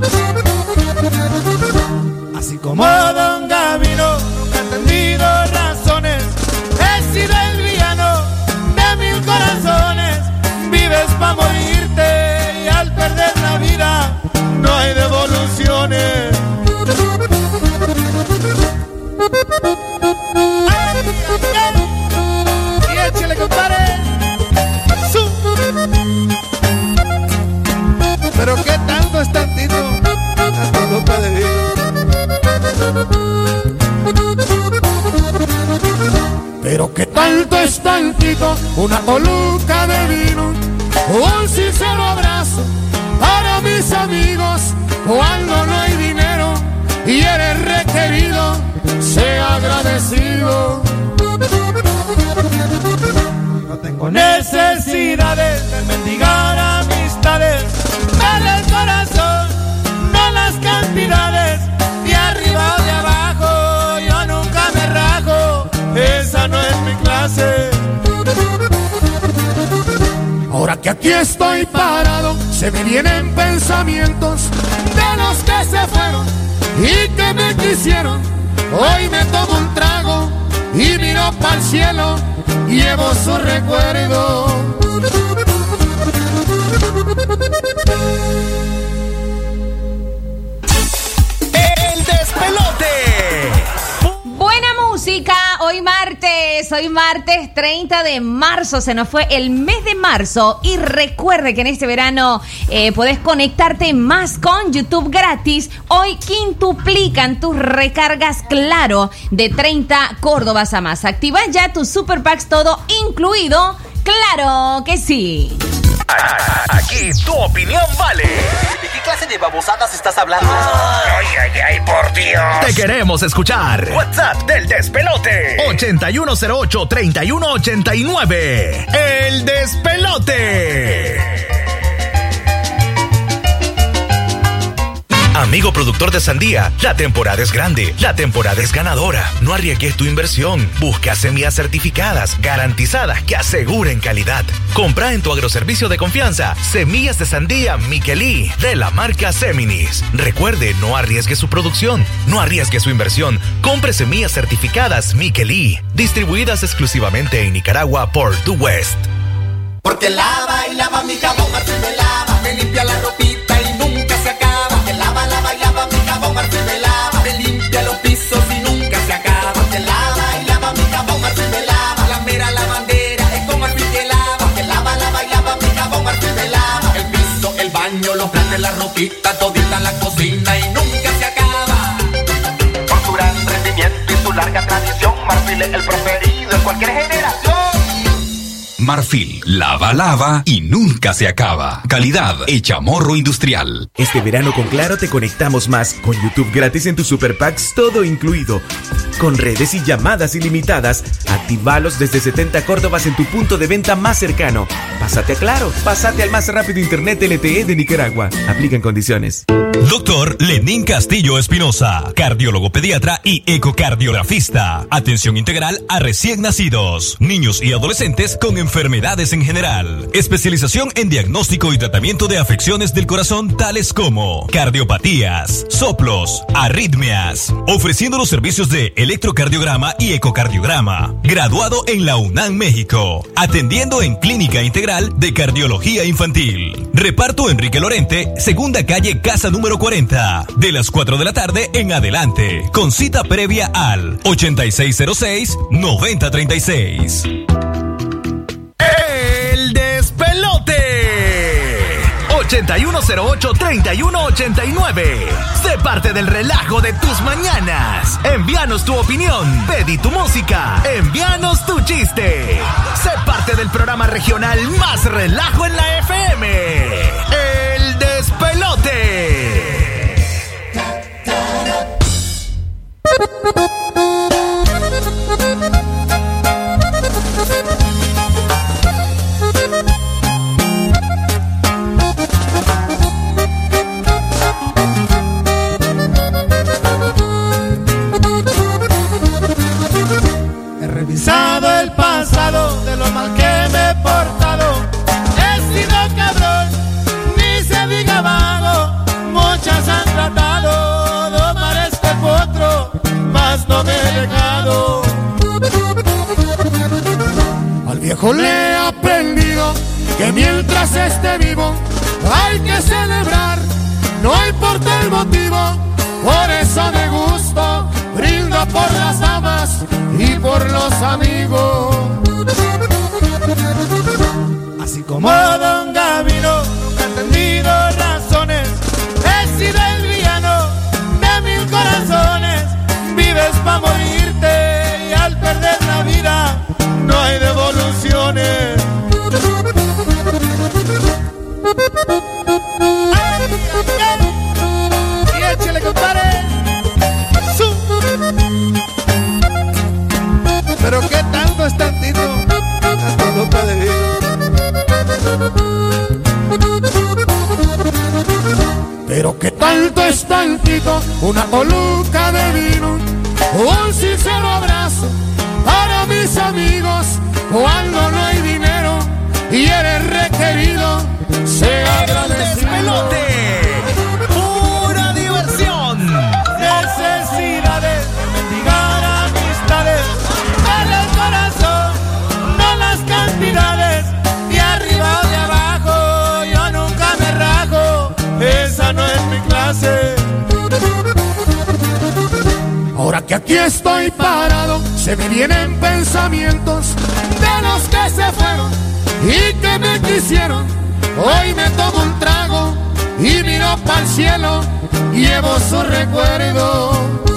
Así como Don Gavino, nunca he entendido razones. He sido el villano de mil corazones. Vives pa' morirte y al perder la vida no hay devoluciones. Ay, ay, ay. Y échale, compadre. Su. Pero qué tanto es tantito, hasta copa de vino. Pero qué tanto es tantito, una coluca de vino, un sincero abrazo para mis amigos. Cuando no hay dinero y eres requerido, sea agradecido. No tengo necesidades de mendigar amistades. Dale el corazón, no las cantidades. De arriba o de abajo, yo nunca me rajo. Esa no es mi clase. Ahora que aquí estoy parado, se me vienen pensamientos de los que se fueron y que me quisieron. Hoy me tomo un trago y miro pa'l cielo, llevo su recuerdo. El Despelote. Buena música, hoy martes, hoy martes treinta de marzo, se nos fue el mes de marzo y recuerde que en este verano eh, podés conectarte más con YouTube gratis. Hoy quintuplican tus recargas Claro de treinta Córdobas a más. Activa ya tus Super Packs todo incluido, claro que sí. Aquí tu opinión vale. ¿De qué clase de babosadas estás hablando? Ay, ay, ay, por Dios. Te queremos escuchar. WhatsApp del Despelote. ochenta y uno cero ocho, treinta y uno ochenta y nueve. El Despelote. Amigo productor de sandía, la temporada es grande, la temporada es ganadora. No arriesgues tu inversión. Busca semillas certificadas, garantizadas, que aseguren calidad. Compra en tu agroservicio de confianza semillas de sandía Miquelí de la marca Seminis. Recuerde, no arriesgue su producción, no arriesgue su inversión. Compre semillas certificadas Miquelí, distribuidas exclusivamente en Nicaragua por The West. Porque lava y lava mi jabón, Marfil me lava, me limpia la ropita y nunca se acaba. Que lava, lava y lava mi jabón, Marfil me lava, me limpia los pisos y nunca se acaba. Que lava y lava mi jabón, Marfil me lava, la mera lavandera es con Marfil que lava. Que lava, lava y lava mi jabón, Marfil me lava, el piso, el baño, los platos, la ropita, todita la cocina y nunca se acaba. Por su gran rendimiento y su larga tradición, Marfil es el preferido en cualquier generación. Marfil, lava, lava y nunca se acaba. Calidad hecha morro industrial. Este verano con Claro te conectamos más, con YouTube gratis en tus Super Packs, todo incluido. Con redes y llamadas ilimitadas, actívalos desde setenta Córdobas en tu punto de venta más cercano. Pásate a Claro, pásate al más rápido internet L T E de Nicaragua. Aplican condiciones. Doctor Lenín Castillo Espinosa, cardiólogo pediatra y ecocardiografista. Atención integral a recién nacidos, niños y adolescentes con enfermedades en general. Especialización en diagnóstico y tratamiento de afecciones del corazón tales como cardiopatías, soplos, arritmias. Ofreciendo los servicios de electrocardiograma y ecocardiograma. Graduado en la UNAM México. Atendiendo en Clínica Integral de Cardiología Infantil. Reparto Enrique Lorente, segunda calle, casa número cuarenta. De las cuatro de la tarde en adelante. Con cita previa al ochenta y seis cero seis, noventa treinta y seis. El despelote. ochenta y uno cero ocho, treinta y uno ochenta y nueve. Sé parte del relajo de tus mañanas. Envíanos tu opinión. Pedí tu música. Envíanos tu chiste. Sé parte del programa regional más relajo en la F M. El despelote. He revisado el pasado de lo mal que me he portado. He sido cabrón, ni se diga vago. Muchas han tratado de domar este potro, mas no me he dejado. Al viejo le he aprendido que mientras esté vivo hay que celebrar, no importa el motivo. Por eso me gusto, brindo por las damas y por los amigos. Así como Don Gavino nunca ha entendido razones, he sido el villano de mil corazones. Vives pa' morirte y al perder la vida no hay devoluciones. Ay, ay, ay. Y échale, compadre. Su. Pero qué tanto es tantito, tanto nunca debido. Pero qué tanto es tantito, una coluca de vino, un sincero abrazo para mis amigos. Cuando no hay dinero y eres requerido, sea agradecido. Pura diversión. Necesidades de mendigar amistades, darle el corazón, no las cantidades. De arriba o de abajo, yo nunca me rajo, esa no es mi clase. Ahora que aquí estoy parado, se me vienen pensamientos de los que se fueron y que me quisieron. Hoy me tomo un trago y miro pa'l cielo, llevo su recuerdo.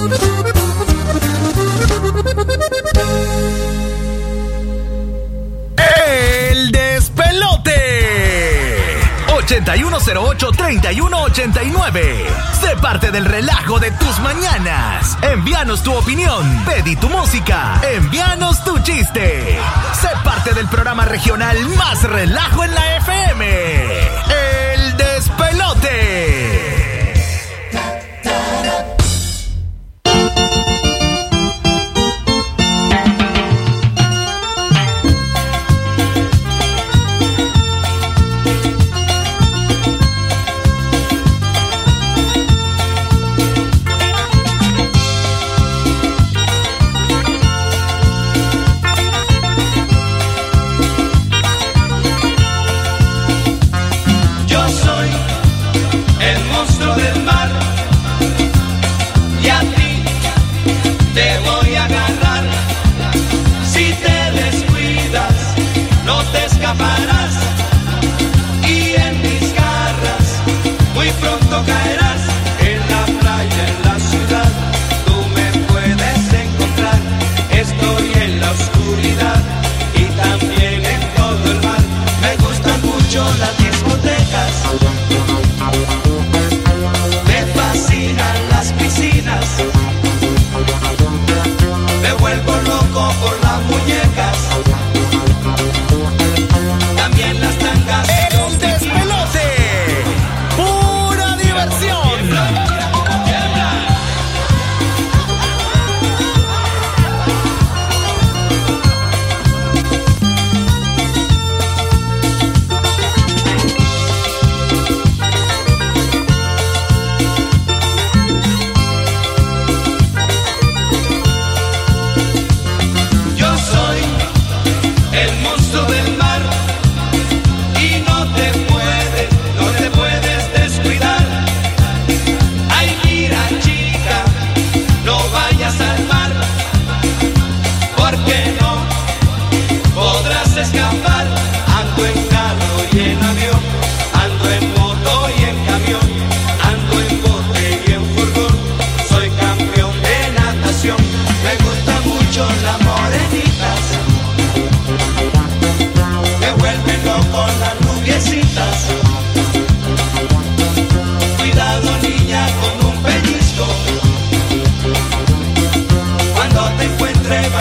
El despelote. ochenta y uno cero ocho, treinta y uno ochenta y nueve. Sé parte del relajo de tus mañanas. Envíanos tu opinión. Pedí tu música. Envíanos tu chiste. Sé parte del programa regional más relajo en la F M. El despelote. Y en mis garras muy pronto caerás. En la playa, en la ciudad, tú me puedes encontrar. Estoy en la oscuridad y también en todo el mar. Me gustan mucho las discotecas, me fascinan las piscinas, me vuelvo loco por las muñecas. El despelote. Pura diversión.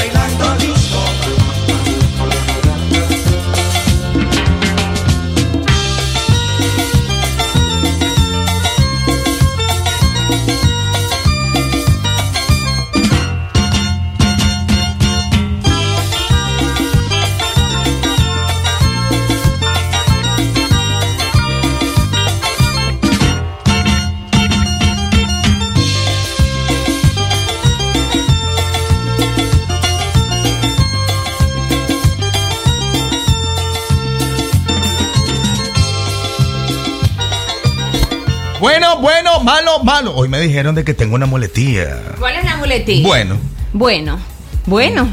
bailando disco. Bueno, bueno, malo, malo. Hoy me dijeron de que tengo una muletilla. ¿Cuál es la muletilla? Bueno. Bueno, bueno.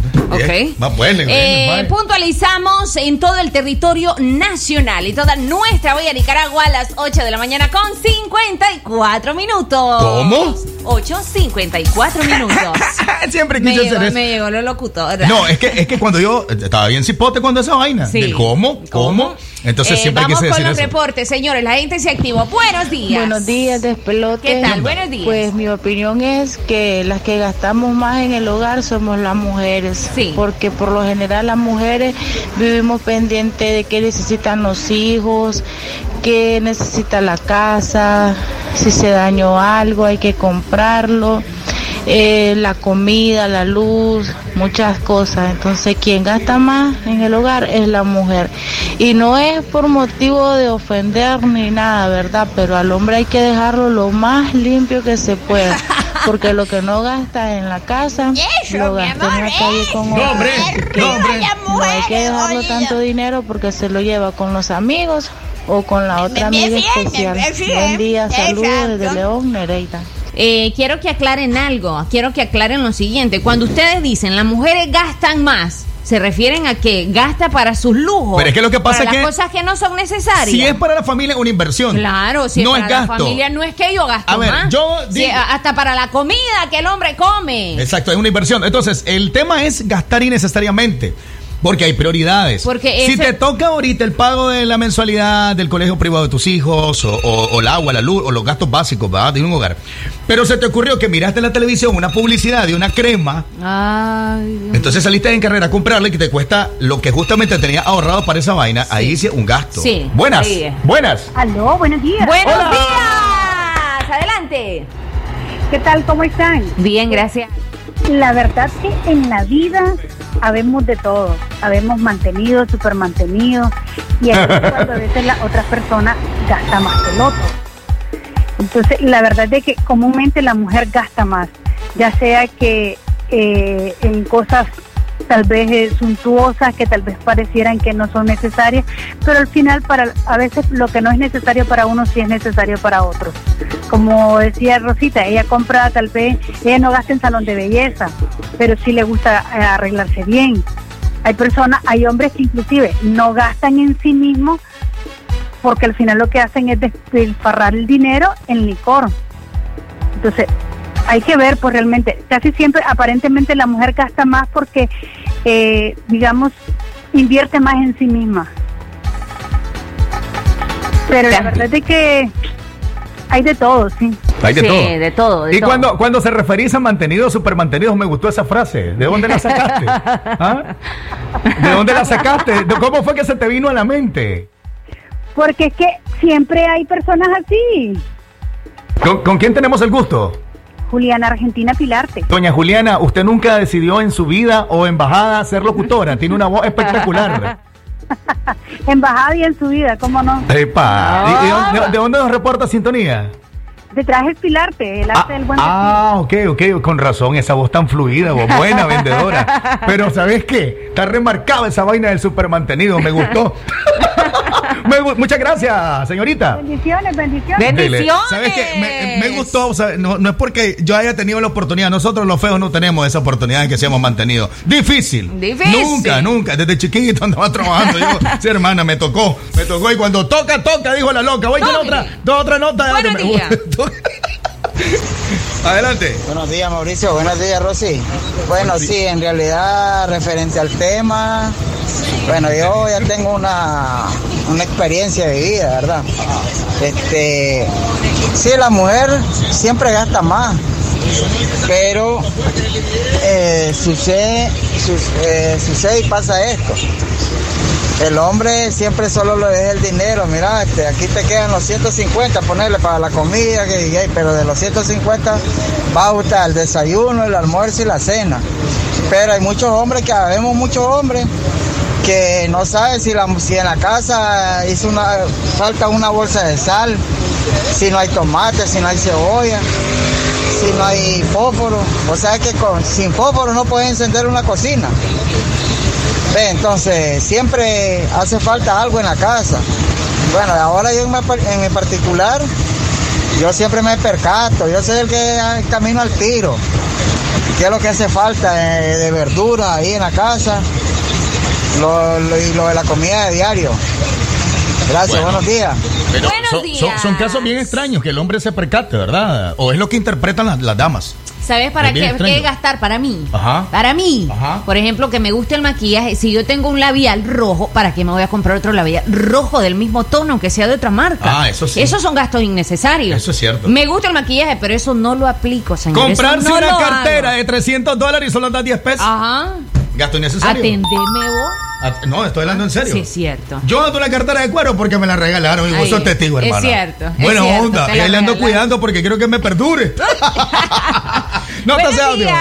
Ok. Va, bueno, Eh, bueno, puntualizamos en todo el territorio nacional y toda nuestra bella Nicaragua a las ocho de la mañana con cincuenta y cuatro minutos. ¿Cómo? ocho cincuenta y cuatro minutos. Siempre me quise llegó, hacer eso. Me llegó lo locutor. No, es que, es que cuando yo estaba bien cipote cuando esa vaina. Sí. Del ¿Cómo? ¿Cómo? Entonces Eh, siempre vamos quise con decir los eso. reportes, señores. La gente se activó. Buenos días. Buenos días, despelote. ¿Qué tal? Buenos días. Pues mi opinión es que las que gastamos más en el hogar somos las mujeres. Sí. Porque por lo general las mujeres vivimos pendientes de qué necesitan los hijos, qué necesita la casa, si se dañó algo hay que comprarlo. Eh, la comida, la luz, muchas cosas. Entonces quien gasta más en el hogar es la mujer. Y no es por motivo de ofender ni nada, ¿verdad? Pero al hombre hay que dejarlo lo más limpio que se pueda. Porque lo que no gasta en la casa, Eso, lo mi gasta amor, en la calle con eso. otro. No, hombre, Así que no, hombre. no hay que dejarlo Oye, tanto dinero porque se lo lleva con los amigos o con la otra Me- me amiga bien, especial. me bien, Buen día, saludos exacto. desde León, Nereida. Eh, quiero que aclaren algo, quiero que aclaren lo siguiente. Cuando ustedes dicen las mujeres gastan más, se refieren a que gasta para sus lujos. Pero es que lo que pasa para es que las cosas que no son necesarias. Si es para la familia, una inversión. Claro, si no es es para la gasto. familia no es que yo gasto A ver, más. yo Si, digo- a- hasta para la comida que el hombre come. Exacto, es una inversión. Entonces, el tema es gastar innecesariamente. Porque hay prioridades. Porque si ese- te toca ahorita el pago de la mensualidad del colegio privado de tus hijos, o, o- o el agua, la luz, o los gastos básicos, ¿verdad? De un hogar. Pero se te ocurrió que miraste en la televisión una publicidad de una crema. Ay, Dios. Entonces saliste en carrera a comprarla y que te cuesta lo que justamente tenías ahorrado para esa vaina. Ahí sí un gasto. Sí, Buenas. ahí es. Buenas. Aló, buenos días. Buenos Hola. días. Adelante. ¿Qué tal? ¿Cómo están? Bien, gracias. La verdad que en la vida habemos de todo. Habemos mantenido, super mantenido. Y ahí es cuando a veces la otra persona gasta más que el otro. Entonces, la verdad es que comúnmente la mujer gasta más. Ya sea que eh, en cosas tal vez eh, suntuosas que tal vez parecieran que no son necesarias, pero al final para a veces lo que no es necesario para uno sí es necesario para otros. Como decía Rosita, ella compra tal vez, ella no gasta en salón de belleza, pero sí le gusta eh, arreglarse bien. Hay personas, hay hombres que inclusive no gastan en sí mismos porque al final lo que hacen es despilfarrar el dinero en licor. Entonces, hay que ver, pues realmente, casi siempre, aparentemente la mujer gasta más porque, eh, digamos, invierte más en sí misma. Pero la verdad es que hay de todo, sí. Hay de Sí, todo. de todo, de y todo. cuando, cuando se referís a mantenidos, super mantenidos, me gustó esa frase. ¿De dónde la sacaste? ¿Ah? ¿De dónde la sacaste? ¿De ¿Cómo fue que se te vino a la mente? Porque es que siempre hay personas así. ¿Con, con quién tenemos el gusto? Juliana Argentina Pilarte. Doña Juliana, usted nunca decidió en su vida o embajada ser locutora. Tiene una voz espectacular. Embajada y en su vida, ¿cómo no? Epa. ¿Y- y dónde- de, de dónde nos reporta Sintonía? Detrás es Pilarte, el arte del buen Ah, ok, ok, con razón, esa voz tan fluida, voz buena, vendedora. Pero ¿sabes qué? Está remarcada esa vaina del super mantenido, me gustó. Me gu- muchas gracias, señorita. Bendiciones, bendiciones. Dele. ¿Sabes qué? Me, me gustó, o sea, no, no es porque yo haya tenido la oportunidad, nosotros los feos no tenemos esa oportunidad en que seamos mantenidos. Difícil. Difícil. Nunca, nunca, desde chiquito andaba trabajando yo. Sí, hermana, me tocó, me tocó y cuando toca, toca, dijo la loca. Voy con otra, otra nota. Buenos Me- días. Adelante. Buenos días, Mauricio. Buenos días, Rosy. Bueno, sí, en realidad, referente al tema, bueno, yo ya tengo una, una experiencia de vida, ¿verdad? Este, sí, la mujer siempre gasta más, Pero eh, sucede, su, eh, sucede y pasa esto. El hombre siempre solo le deja el dinero. Mira, este, aquí te quedan los ciento cincuenta, ponerle para la comida, que, pero de los ciento cincuenta va a gustar el desayuno, el almuerzo y la cena. Pero hay muchos hombres, que vemos muchos hombres que no saben si, la, si en la casa hizo una, falta una bolsa de sal, si no hay tomate, si no hay cebolla, si no hay fósforo. O sea que con, sin fósforo no puedes encender una cocina. Ve, entonces siempre hace falta algo en la casa. Bueno, ahora yo en mi, en mi particular, yo siempre me percato, yo soy el que camino al tiro. ¿Qué es lo que hace falta de, de verdura ahí en la casa? Lo, lo, y lo de la comida de diario. Gracias, bueno, buenos días. Pero buenos son, días. Son, son casos bien extraños que el hombre se percate, ¿verdad? O es lo que interpretan las, las damas. ¿Sabes para qué, qué gastar? Para mí. Ajá. Para mí. Ajá. Por ejemplo, que me guste el maquillaje. Si yo tengo un labial rojo, ¿para qué me voy a comprar otro labial rojo del mismo tono, aunque sea de otra marca? Ah, eso sí. Esos son gastos innecesarios. Eso es cierto. Me gusta el maquillaje, pero eso no lo aplico, señor. Comprarse no una cartera hago. de trescientos dólares y solo das diez pesos. Ajá. Gasto innecesario. Atendeme vos. At- no, estoy hablando en serio. Sí, es cierto. Yo ando una cartera de cuero porque me la regalaron y vos sos testigo, hermano. Es cierto. Bueno, es cierto, onda, y ahí le ando cuidando porque quiero que me perdure. No te hace audio.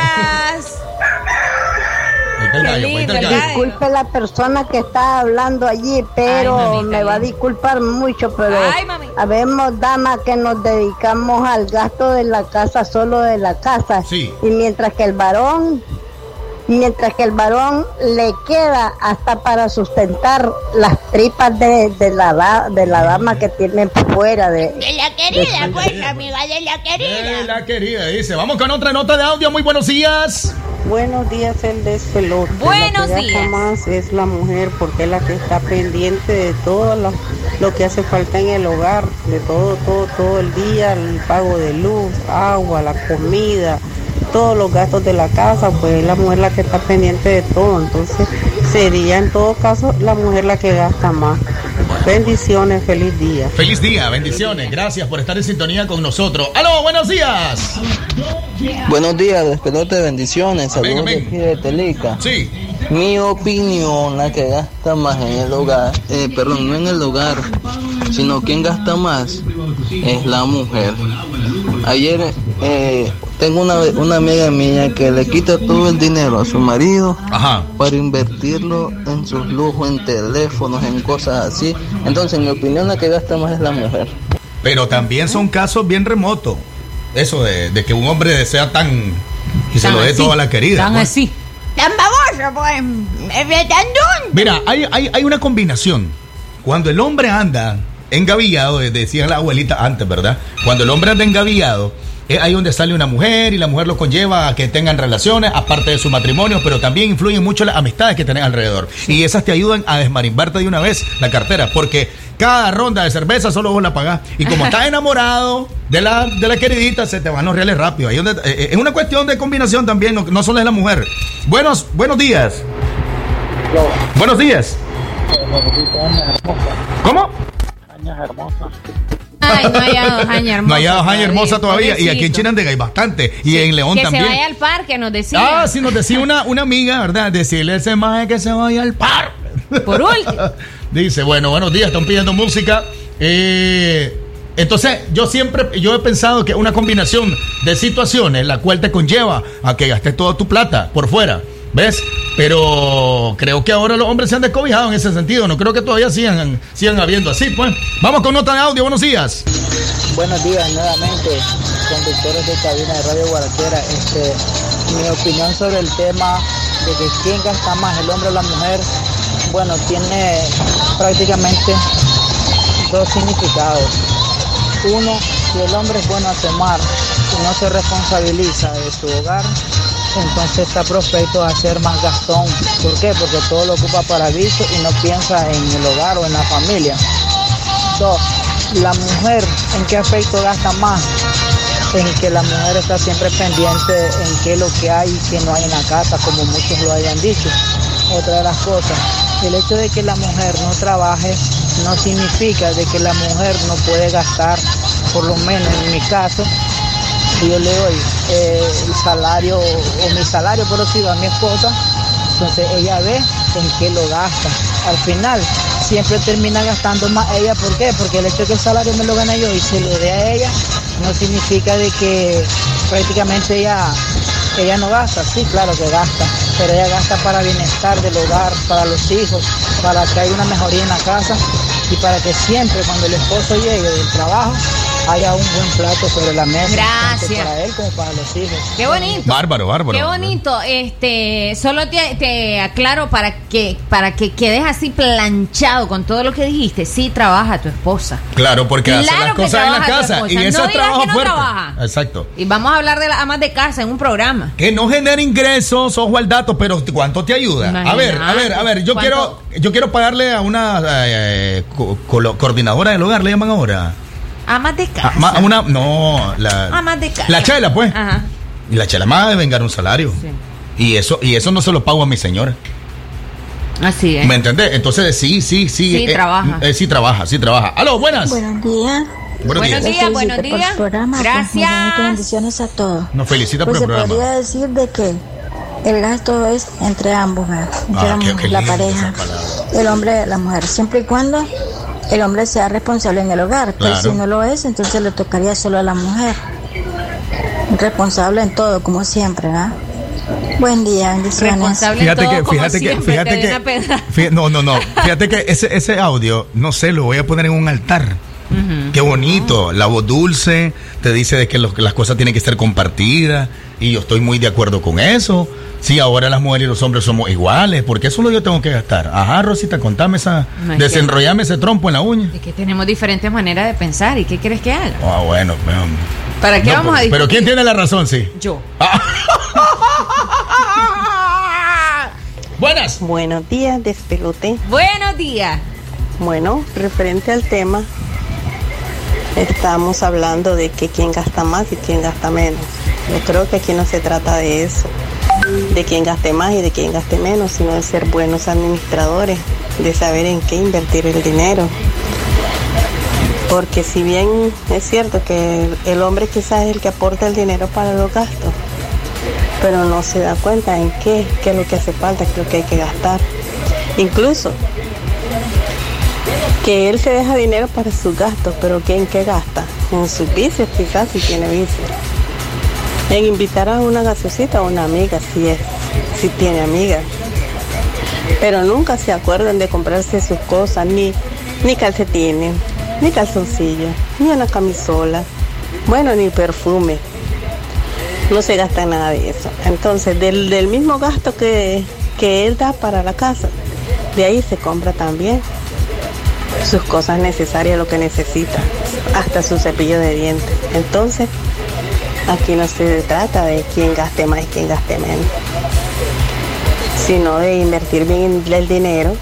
Disculpe la persona que está hablando allí, pero Ay, mamita, me va a disculpar mucho, pero Ay, habemos damas que nos dedicamos al gasto de la casa, solo de la casa. Sí. Y mientras que el varón, mientras que el varón le queda hasta para sustentar las tripas de, de, la, de la dama que tiene fuera de... De la querida, de pues, amiga, de la querida. De la querida, dice. Vamos con otra nota de audio. Muy buenos días. Buenos días, el despelote. Buenos la que días. Más es la mujer, porque es la que está pendiente de todo lo, lo que hace falta en el hogar, de todo, todo, todo el día, el pago de luz, agua, la comida, todos los gastos de la casa, pues es la mujer la que está pendiente de todo. Entonces sería en todo caso la mujer la que gasta más. Bendiciones, feliz día. Feliz día, bendiciones. Gracias por estar en sintonía con nosotros. ¡Aló, buenos días! Buenos días, despelote, bendiciones. Amén, Saludos amén. de aquí de Telica. Sí. Mi opinión, la que gasta más en el hogar, eh, perdón, no en el hogar, sino quien gasta más es la mujer. Ayer eh, tengo una, una amiga mía que le quita todo el dinero a su marido Ajá. para invertirlo en sus lujos, en teléfonos, en cosas así. Entonces, en mi opinión, la que gasta más es la mujer. Pero también son casos bien remotos. Eso de, de que un hombre sea tan... y se Tan lo dé así, todo a la querida. Tan pues. así. Tan baboso, pues. Tan dun. Mira, hay, hay, hay una combinación. Cuando el hombre anda engavillado, decía la abuelita antes, ¿verdad? Cuando el hombre anda engavillado, es ahí donde sale una mujer y la mujer lo conlleva a que tengan relaciones, aparte de su matrimonio, pero también influyen mucho las amistades que tenés alrededor. Sí. Y esas te ayudan a desmarimbarte de una vez la cartera, porque cada ronda de cerveza solo vos la pagás. Y como estás enamorado de la, de la queridita, se te van los reales rápido. Ahí donde, eh, es una cuestión de combinación también, no, no solo es la mujer. Buenos, buenos días. Yo. Buenos días. ¿Cómo? Añas hermosas. Ay, no hay dos años hermosa. No hay dos años hermosa todavía. Y aquí en Chinandega hay bastante. Y en León que también. Que se vaya al parque, nos decía. Ah, sí, nos decía una, una amiga, ¿verdad? Decirle a ese maje que se vaya al parque. Por último. Dice, bueno, buenos días, están pidiendo música. Eh, entonces, yo siempre, yo he pensado que una combinación de situaciones, la cual te conlleva a que gastes toda tu plata por fuera. ¿Ves? Pero creo que ahora los hombres se han descobijado en ese sentido. No creo que todavía sigan, sigan habiendo así, pues. Vamos con nota de audio. Buenos días. Buenos días nuevamente, conductores de cabina de Radio Guaraquera. Este, mi opinión sobre el tema de que quién gasta más, el hombre o la mujer, bueno, tiene prácticamente dos significados. Uno, si el hombre es bueno a tomar y no se responsabiliza de su hogar, entonces está prospecto a ser más gastón. ¿Por qué? Porque todo lo ocupa para vicio y no piensa en el hogar o en la familia. Dos, la mujer, ¿en qué aspecto gasta más? En que la mujer está siempre pendiente en qué es lo que hay y qué no hay en la casa, como muchos lo hayan dicho. Otra de las cosas, el hecho de que la mujer no trabaje no significa de que la mujer no puede gastar, por lo menos en mi caso, si yo le doy eh, el salario o mi salario producido a mi esposa, entonces ella ve en qué lo gasta. Al final siempre termina gastando más ella. ¿Por qué? Porque el hecho de que el salario me lo gane yo y se lo dé a ella no significa de que prácticamente ella, ella no gasta. Sí, claro que gasta, pero ella gasta para bienestar del hogar, para los hijos, para que haya una mejoría en la casa y para que siempre cuando el esposo llegue del trabajo haya un buen plato sobre la mesa. Gracias. Tanto para él como para los hijos. Qué bonito. Bárbaro, bárbaro. Qué bonito. Este, solo te, te aclaro para que para que quedes así planchado con todo lo que dijiste. Sí trabaja tu esposa. Claro, porque Claro hace las que cosas en la trabaja tu casa esposa. y No eso es digas trabajo que no fuerte. trabaja. Exacto. Y vamos a hablar de las amas de casa en un programa. Que no genera ingresos, ojo al dato, pero ¿cuánto te ayuda? A ver, a ver, a ver, yo ¿Cuánto? quiero yo quiero pagarle a una eh, co- co- coordinadora del hogar, le llaman ahora. Amas de casa. A, ma- a una, no, la, Amas de casa. la chela, pues. Ajá. Y la chela más debe vengar un salario. Sí. Y eso y eso no se lo pago a mi señora. Así es. ¿Me entendés? Entonces, sí, sí, sí. Sí, eh, trabaja. eh, sí, trabaja, sí, trabaja. Aló, buenas. Buenos días. Buenos días. Buenos días, buenos Felicito por días. el programa, pues, Gracias. muchas bendiciones a todos. Nos felicita Pues por se el programa. podría decir de que el gasto es entre ambos, ¿verdad? Entre Ah, la, qué- qué la linda pareja, esa palabra. el hombre y la mujer, siempre y cuando el hombre sea responsable en el hogar. Pero Claro. si no lo es, entonces le tocaría solo a la mujer. Responsable en todo, como siempre, ¿verdad? Buen día, bendiciones. Responsable Fíjate en todo, que, como fíjate que, siempre, fíjate te di que, una peda. fí- no, no, no, fíjate que ese, ese audio, no sé, lo voy a poner en un altar. Ujú. Qué bonito, la voz dulce, te dice de que los- las cosas tienen que ser compartidas y yo estoy muy de acuerdo con eso. Sí, ahora las mujeres y los hombres somos iguales, porque solo yo tengo que gastar. Ajá, Rosita, contame esa, No, es que- desenrollame ese trompo en la uña. Es que tenemos diferentes maneras de pensar. ¿Y qué quieres que haga? Ah, bueno, bueno. ¿Para qué No, vamos a pero, discutir? pero ¿quién tiene la razón, sí? Yo. Buenas. Buenos días, despelote. Buenos días. Bueno, referente al tema, estamos hablando de que quién gasta más y quién gasta menos. Yo creo que aquí no se trata de eso, de quién gaste más y de quién gaste menos, sino de ser buenos administradores, de saber en qué invertir el dinero. Porque si bien es cierto que el hombre quizás es el que aporta el dinero para los gastos, pero no se da cuenta en qué, qué es lo que hace falta, qué es lo que hay que gastar. Incluso que él se deja dinero para sus gastos, pero ¿qué, en qué gasta? En sus vicios, quizás si tiene vicios. En invitar a una gaseosita a una amiga, si es, si tiene amigas. Pero nunca se acuerdan de comprarse sus cosas, ni, ni calcetines, ni calzoncillos, ni una camisola, bueno, ni perfume. No se gasta nada de eso. Entonces, del, del mismo gasto que, que él da para la casa, de ahí se compra también sus cosas necesarias, lo que necesita, hasta su cepillo de dientes. Entonces, aquí no se trata de quién gaste más y quién gaste menos, sino de invertir bien el dinero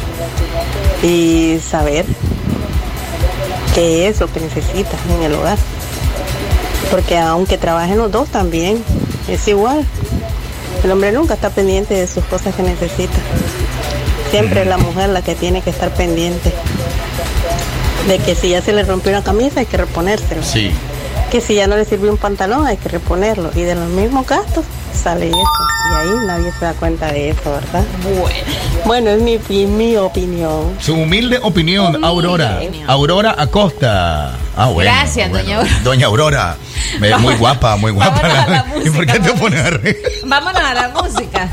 y saber qué es lo que necesitas en el hogar. Porque aunque trabajen los dos también, es igual. El hombre nunca está pendiente de sus cosas que necesita. Siempre es la mujer la que tiene que estar pendiente de que si ya se le rompió una camisa hay que reponérselo. Sí. Que si ya no le sirvió un pantalón hay que reponerlo. Y de los mismos gastos sale eso. Y ahí nadie se da cuenta de eso, ¿verdad? Bueno, bueno es mi, mi opinión. Su humilde opinión, Humilde Aurora. opinión. Aurora Acosta. Ah, bueno. Gracias, bueno. doña Aurora. Doña Aurora. Me- Muy guapa, muy guapa. Vámonos a la ¿Y por qué te pones a reír? Vámonos a la música.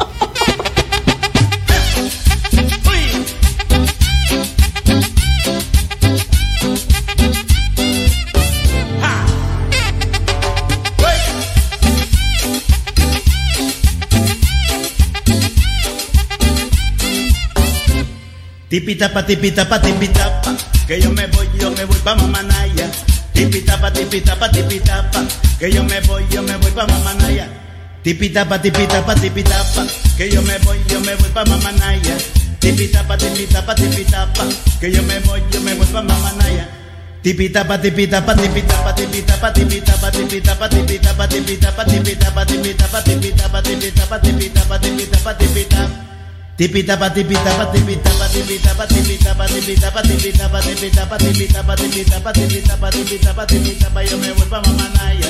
Tipitapa, tipitapa, tipitapa, que yo me voy, yo me voy pa' Mamanaya. Tipitapa, tipitapa, tipitapa, que yo me voy, yo me voy pa' Mamanaya. Tipitapa, tipitapa, tipitapa, que yo me voy, yo me voy pa' Mamanaya. Tipitapa, tipitapa, tipitapa, que yo me voy, yo me voy pa' Mamanaya. Tipitapa, tipitapa, tipitapa, tipitapa, tipitapa, tipitapa, tipitapa, tipitapa, tipitapa, tipitapa, tipitapa, tipitapa, tipitapa, tipitapa, tipitapa. Tipitapa, tipitapa, tipitapa, tipitapa, tipitapa, tipitapa, tipitapa, tipitapa, tipitapa, tipitapa, tipitapa, tipitapa, tipitapa, yo me voy pa' Mamanaya.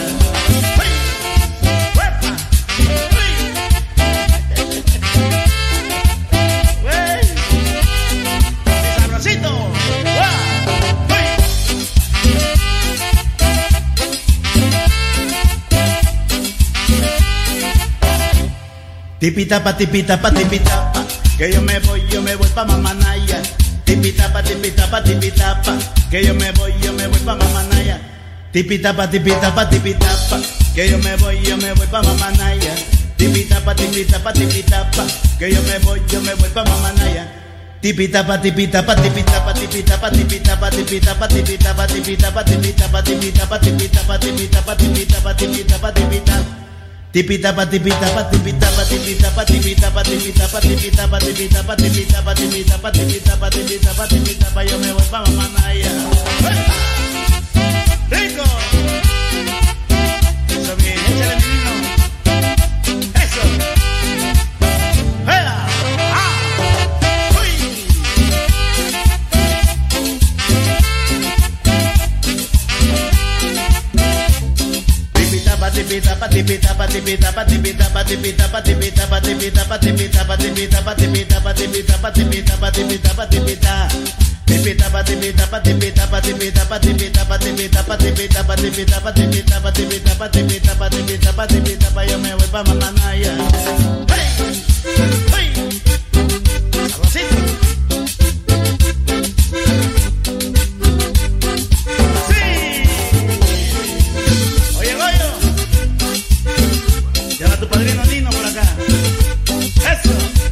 Tipitapa, tipitapa, tipitapa, que yo me voy, yo me voy pa' Mamanaya. Tipitapa, tipitapa, tipitapa, que yo me voy, yo me voy pa' Mamanaya. Tipitapa, tipitapa, tipitapa, que yo me voy, yo me voy pa' Mamanaya. Tipitapa, tipitapa, tipitapa, que yo me voy, yo me voy pa' Mamanaya. Tipitapa, tipitapa, tipitapa, tipitapa, tipitapa, tipitapa, tipitapa, tipitapa, tipitapa, tipitapa, tipitapa, tipitapa, tipitapa, tipitapa, tipitapa. Tipitapa, tipitapa, tipitapa, tipitapa, tipitapa, tipitapa, tipitapa, tipitapa, tipitapa, tipitapa, tipitapa, tipitapa, tipitapa, yo me voy pa' Mamanaya. ¡Rico! Eso bien, échale menino. Eso. ¡Vea! ¡Ah! ¡Uy! Tipitapa, tipitapa, tipitapa, tipitapa, tipitapa, tipitapa, tipitapa, tipitapa, tipitapa, tipitapa, tipitapa, tipitapa, tipitapa, tipitapa, tipitapa. Tipitapa, tipitapa, tipitapa, tipitapa, tipitapa, tipitapa, tipitapa, tipitapa, tipitapa, tipitapa, tipitapa, tipitapa, tipitapa, yo me voy pa' Mamanaya. ¡Hey! ¡Hey! ¡Sabrosito! ¡Sí! Oye, Goyo, lleva a tu padrino Nino por acá. ¡Eso!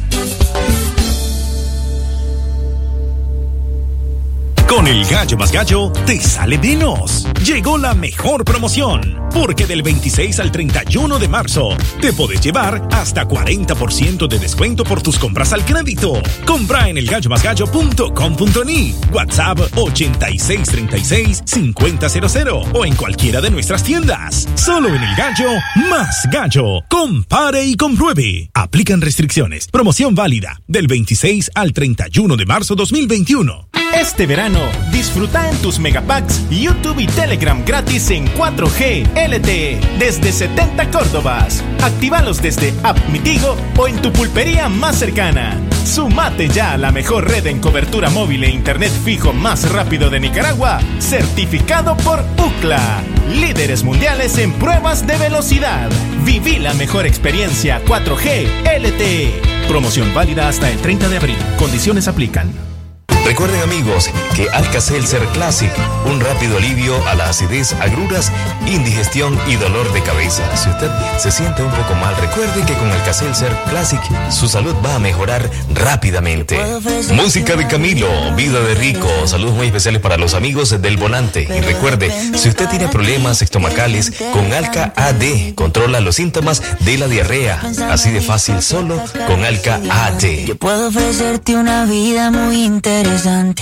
Con el Gallo Más Gallo te sale menos. Llegó la mejor promoción, porque del veintiséis al treinta y uno de marzo te podés llevar hasta cuarenta por ciento de descuento por tus compras al crédito. Compra en el gallo más gallo punto com punto ni, WhatsApp ochenta y seis treinta y seis cincuenta cero cero o en cualquiera de nuestras tiendas. Solo en el Gallo Más Gallo. Compare y compruebe. Aplican restricciones. Promoción válida del veintiséis al treinta y uno de marzo dos mil veintiuno. Este verano, disfruta en tus megapacks YouTube y Telegram gratis en cuatro G L T E desde setenta Córdobas. Actívalos desde App Mi Tigo o en tu pulpería más cercana. Sumate ya a la mejor red en cobertura móvil e internet fijo más rápido de Nicaragua, certificado por U C L A. Líderes mundiales en pruebas de velocidad. Viví la mejor experiencia cuatro G L T E. Promoción válida hasta el treinta de abril. Condiciones aplican. Recuerden, amigos, que Alka-Seltzer Classic, un rápido alivio a la acidez, agruras, indigestión y dolor de cabeza. Si usted se siente un poco mal, recuerde que con Alka-Seltzer Classic su salud va a mejorar rápidamente. Música de Camilo, Vida de Rico, saludos muy especiales para los amigos del volante. Y recuerde, si usted tiene problemas estomacales, con Alka A D controla los síntomas de la diarrea. Así de fácil, solo con Alka A D. Yo puedo ofrecerte una vida muy interesante,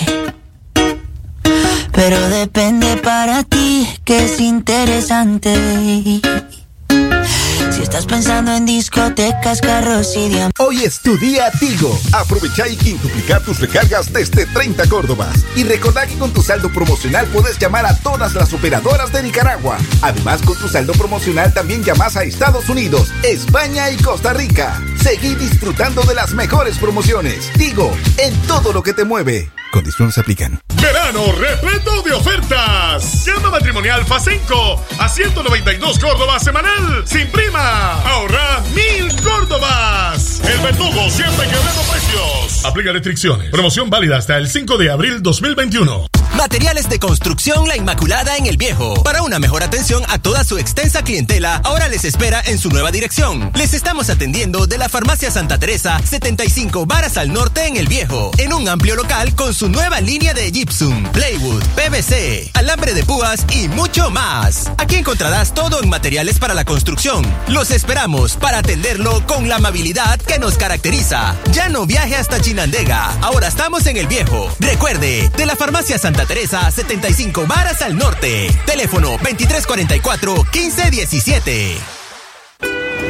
pero depende para ti que es interesante. Si estás pensando en discotecas, carros y diamantes. Hoy es tu día Tigo. Aprovecha y quintuplica tus recargas desde treinta Córdobas. Y recordá que con tu saldo promocional puedes llamar a todas las operadoras de Nicaragua. Además, con tu saldo promocional también llamas a Estados Unidos, España y Costa Rica. Seguí disfrutando de las mejores promociones. Tigo, en todo lo que te mueve. Condiciones aplican. Verano repleto de ofertas. Llama matrimonial Facenco a ciento noventa y dos Córdobas semanal. Sin prima. Ahorra mil Córdobas. El verdugo siempre quebrando precios. Aplica restricciones. Promoción válida hasta el cinco de abril dos mil veintiuno. Materiales de construcción La Inmaculada en El Viejo. Para una mejor atención a toda su extensa clientela, ahora les espera en su nueva dirección. Les estamos atendiendo de la Farmacia Santa Teresa, setenta y cinco Varas al Norte en El Viejo, en un amplio local con su nueva línea de gypsum, plywood, P V C, alambre de púas y mucho más. Aquí encontrarás todo en materiales para la construcción. Los esperamos para atenderlo con la amabilidad que nos caracteriza. Ya no viaje hasta Chinandega, ahora estamos en El Viejo. Recuerde, de la Farmacia Santa Teresa, setenta y cinco Varas al Norte. Teléfono veintitrés cuarenta y cuatro, quince diecisiete.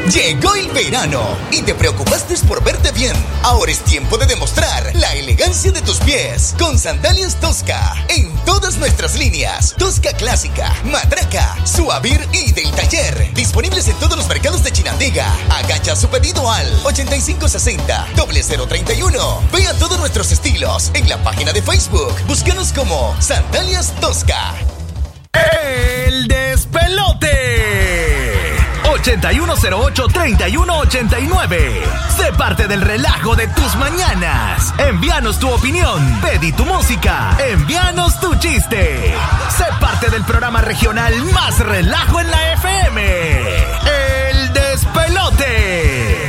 Llegó el verano y te preocupaste por verte bien. Ahora es tiempo de demostrar la elegancia de tus pies con sandalias Tosca en todas nuestras líneas. Tosca clásica, matraca, suavir y del taller. Disponibles en todos los mercados de Chinandega. Agacha su pedido al ochenta y cinco sesenta, cero cero treinta y uno. Ve a todos nuestros estilos en la página de Facebook. Búscanos como Sandalias Tosca. El despelote. ochenta y uno cero ocho, treinta y uno ochenta y nueve. Sé parte del relajo de tus mañanas. Envíanos tu opinión. Pedí tu música. Envíanos tu chiste. Sé parte del programa regional más relajo en la F M. El despelote.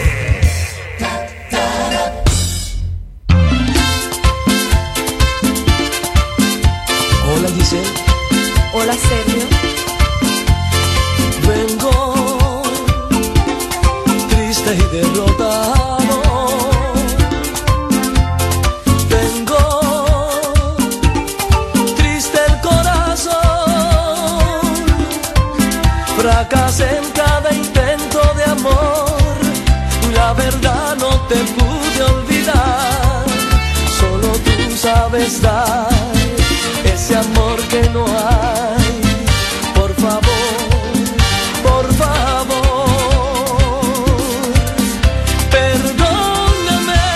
Hola Giselle. Hola Sergio. Vengo triste y derrotado. Vengo triste el corazón. Fracasé en cada intento de amor. La verdad no te pude olvidar. Solo tú sabes dar ese amor que no hay. Por favor, por favor, perdóname.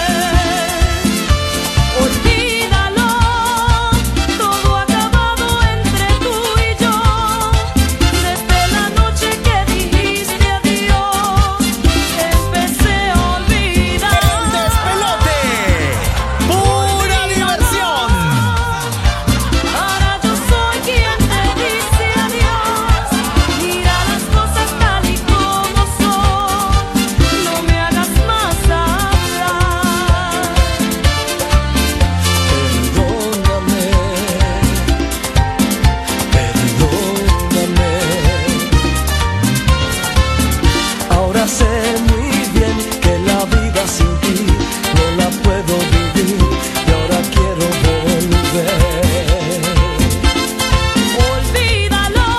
Olvídalo, todo acabado entre tú y yo. Desde la noche que dijiste adiós, empecé a olvidar. El despelote, pura diversión. Ahora yo soy quien te dice adiós. Mira las cosas tal y como son. No me hagas más hablar. Perdóname, perdóname. Ahora sé muy bien que la vida sin ti no la puedo vivir y ahora quiero volver. Olvídalo.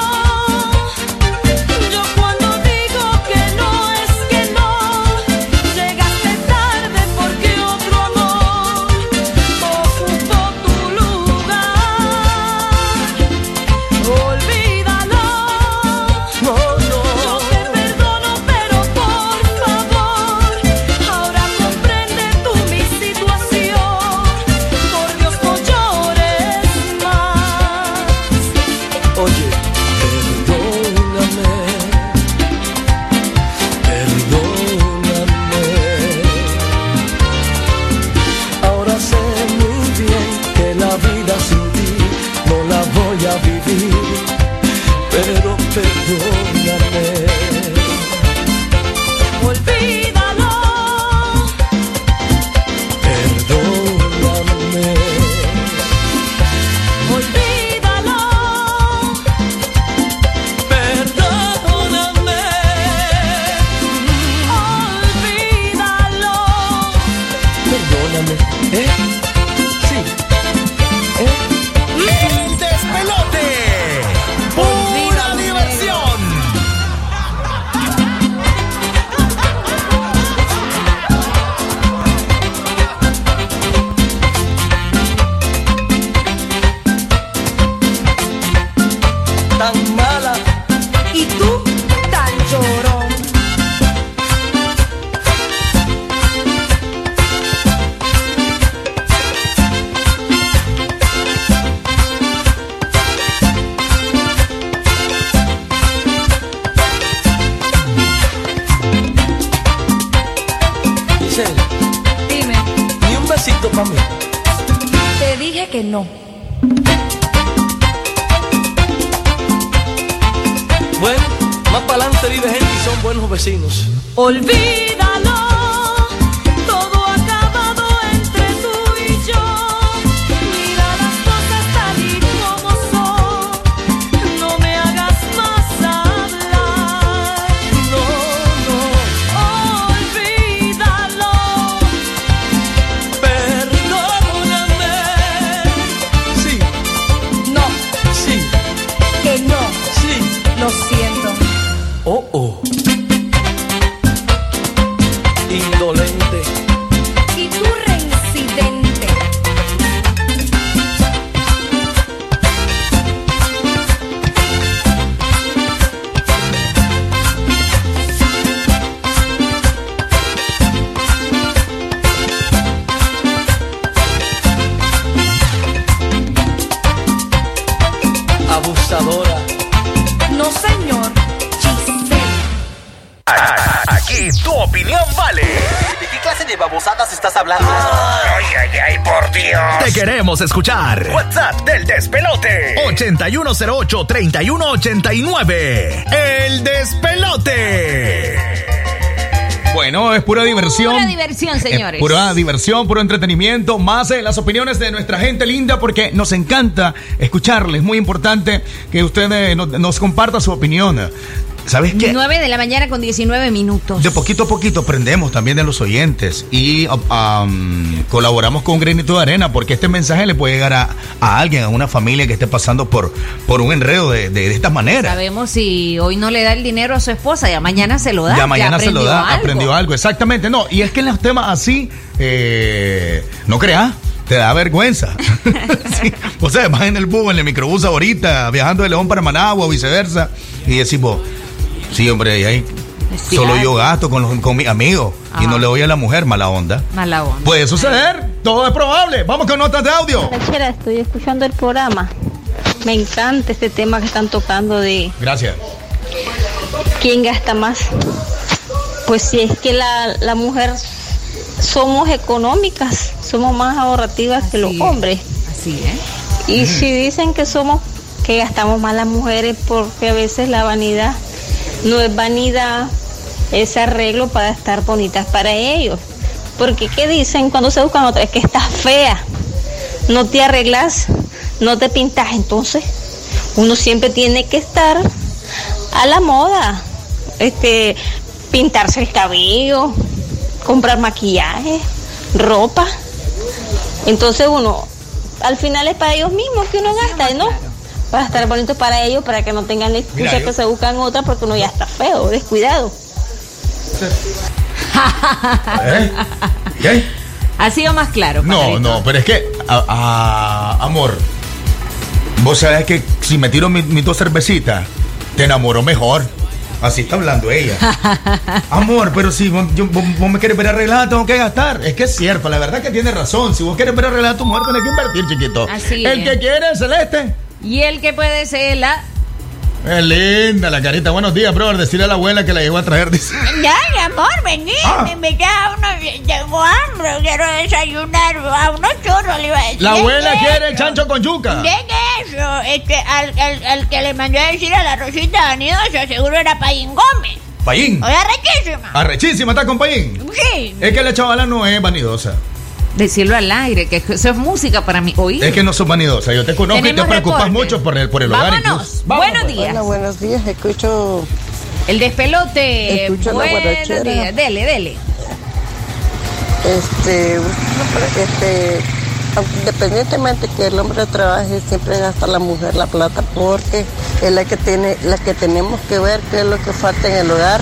Yo cuando digo que no es que no. Llegaste tarde porque otro amor ocupó tu lugar. Olvídalo. No, no. Yo te perdono, pero por favor, ahora comprende tú mi situación. Por Dios, no llores más. Oye, perdóname, perdóname. Ahora sé muy bien que la vida sin ti no la voy a vivir, pero perdóname. Olvídalo. Perdóname. Olvídalo. Perdóname. Olvídalo. Perdóname. ¿Eh? Sí. ¿Eh? El despelote, pura diversión. Tan mala. Y tú tan llorón. Giselle, Dime, ni un besito para mí. te dije que no. Bueno, más para adelante vive gente y son buenos vecinos. Olvídalo. Todo acabado entre tú y yo. Mira las cosas tal y como son. No me hagas más hablar. No, no. Olvídalo. Perdóname. Sí, No, sí, que no. sí. Lo siento. Oh, oh. vale. ¿De qué clase de babosadas estás hablando? Ay, ay, ay, por Dios. Te queremos escuchar. WhatsApp del Despelote. ochenta y uno cero ocho, treinta y uno ochenta y nueve. El Despelote. Bueno, es pura diversión. Pura diversión, señores. Es pura diversión, puro entretenimiento, más eh, las opiniones de nuestra gente linda, porque nos encanta escucharles. Muy importante que usted eh, nos, nos comparta su opinión. ¿Sabes qué? nueve de la mañana con diecinueve minutos. De poquito a poquito aprendemos también de los oyentes y um, colaboramos con un granito de arena, porque este mensaje le puede llegar a, a alguien, a una familia que esté pasando por, por un enredo de, de, de esta manera. Sabemos si hoy no le da el dinero a su esposa, ya mañana se lo da. Ya mañana se lo da, algo. aprendió algo, exactamente. No, y es que en los temas así, eh, no creas, te da vergüenza. Sí. O sea, vas en el bus, en el microbús ahorita, viajando de León para Managua o viceversa, y decimos, sí, hombre, y ahí sí, solo yo gasto con, los, con mis amigos. Ajá. Y no le doy a la mujer mala onda. Mala onda. Puede suceder, todo es probable. Vamos con notas de audio. Chera, estoy escuchando el programa. Me encanta este tema que están tocando de... Gracias. ¿Quién gasta más? Pues si es que la, la mujer somos económicas, somos más ahorrativas Así que los es. hombres. Así es. Y Mm. si dicen que somos, que gastamos más las mujeres, porque a veces la vanidad no es vanidad, es arreglo para estar bonitas para ellos. Porque ¿qué dicen cuando se buscan otra? Es que estás fea, no te arreglas, no te pintas. Entonces uno siempre tiene que estar a la moda, este, pintarse el cabello, comprar maquillaje, ropa. Entonces uno, al final es para ellos mismos que uno gasta, ¿no? Para estar bonito para ellos, para que no tengan la excusa Mira, yo... que se buscan otra porque uno ya está feo, descuidado. ¿Eh? ¿Qué? Ha sido más claro. No, no, pero es que, a, a, amor, vos sabés que si me tiro mis mi dos cervecitas, te enamoro mejor. Así está hablando ella. Amor, pero si vos, yo, vos, vos me querés ver arreglada, tengo que gastar. Es que es cierto, la verdad que tiene razón. Si vos querés ver arreglada a tu mujer, tenés que invertir, chiquito. Así El es. que quiere, Celeste. Y el que puede ser la... Es linda la carita. Buenos días, brother. Decirle a la abuela que la llegó a traer. Dice. Ya, mi amor, vení. Ah. Me invité a uno. Tengo hambre. Quiero desayunar. A unos churros le iba a decir. La abuela ¿De quiere eso? chancho con yuca. ¿De qué eso? Este, al, al, al que le mandó a decir a la Rosita Vanidosa, seguro era Payín Gómez. Payín. Oye, arrechísima. Arrechísima, ¿está con Payín? Sí. Es que la chavala no es vanidosa. Decirlo al aire, que eso es música para mí. Oír. Es que no sos vanidosa. Yo te conozco y te preocupas reporte. mucho por el, por el hogar. Vámonos. Buenos días. Hola, buenos días. Escucho. El Despelote. Escucho buenos la guarachera. días. Dele, dele. Este. Este. Independientemente que el hombre trabaje, siempre gasta la mujer la plata porque es la que tiene, la que tenemos que ver qué es lo que falta en el hogar.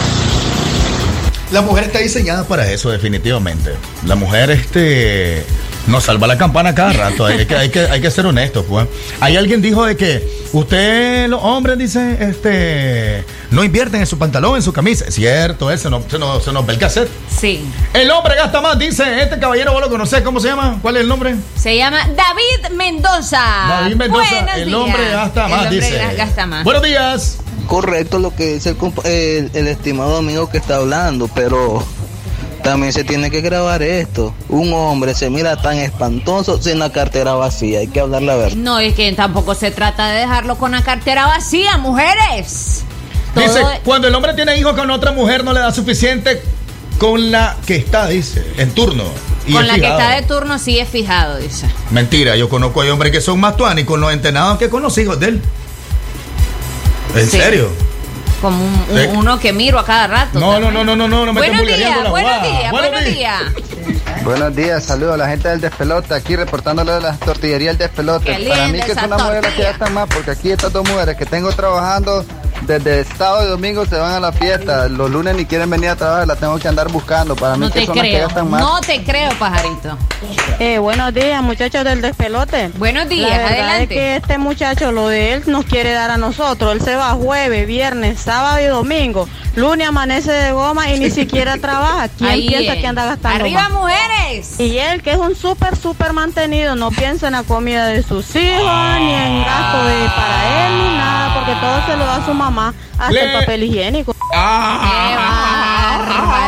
La mujer está diseñada para eso, definitivamente. La mujer, este, nos salva la campana cada rato. Hay que, hay que, hay que ser honestos, pues. Hay alguien dijo de que usted, los hombres, dice, este, no invierten en su pantalón, en su camisa. Es cierto, eso no, se, nos, se nos ve el cassette. Sí. El hombre gasta más, dice este caballero, vos lo conocés, ¿cómo se llama? ¿Cuál es el nombre? Se llama David Mendoza. David Mendoza, Buenos el días. hombre gasta más, el hombre dice. gasta más. Buenos días. Correcto lo que dice el, el, el estimado amigo que está hablando, pero también se tiene que grabar esto. Un hombre se mira tan espantoso sin la cartera vacía, hay que hablar la verdad. No, es que tampoco se trata de dejarlo con la cartera vacía, mujeres. Todo Dice, es... cuando el hombre tiene hijos con otra mujer no le da suficiente con la que está, dice, en turno. Y con la fijado. que está de turno sí es fijado, dice. Mentira, yo conozco a hombres que son más tuanis con los entrenados que con los hijos de él. ¿En Sí. serio? Como un, un, ¿Eh? uno que miro a cada rato. No, no, no, no, no, no, no me Buenos estén vulgareando días, la buenos jugada. días, buenos días. Buenos días, saludos a la gente del Despelote, aquí reportándole de la tortillería del Despelote. Qué Para linda mí que es esa una mujer tortilla. que ya está más, porque aquí estas dos mujeres que tengo trabajando desde sábado y domingo se van a la fiesta. Los lunes ni quieren venir a trabajar, las tengo que andar buscando. Para mí No que te son las que ya creo, están más. no te creo, pajarito. Eh, buenos días, muchachos del Despelote. Buenos días, La verdad adelante. es que este muchacho, lo de él, nos quiere dar a nosotros. Él se va jueves, viernes, sábado y domingo. Lunes amanece de goma y ni siquiera trabaja. ¿Quién Ahí piensa es. que anda gastando ¡Arriba, más? mujeres! Y él, que es un súper, súper mantenido, no piensa en la comida de sus hijos, ni en gasto de para él, ni nada, porque todo se lo da a su mamá, hasta Le- el papel higiénico. Ah,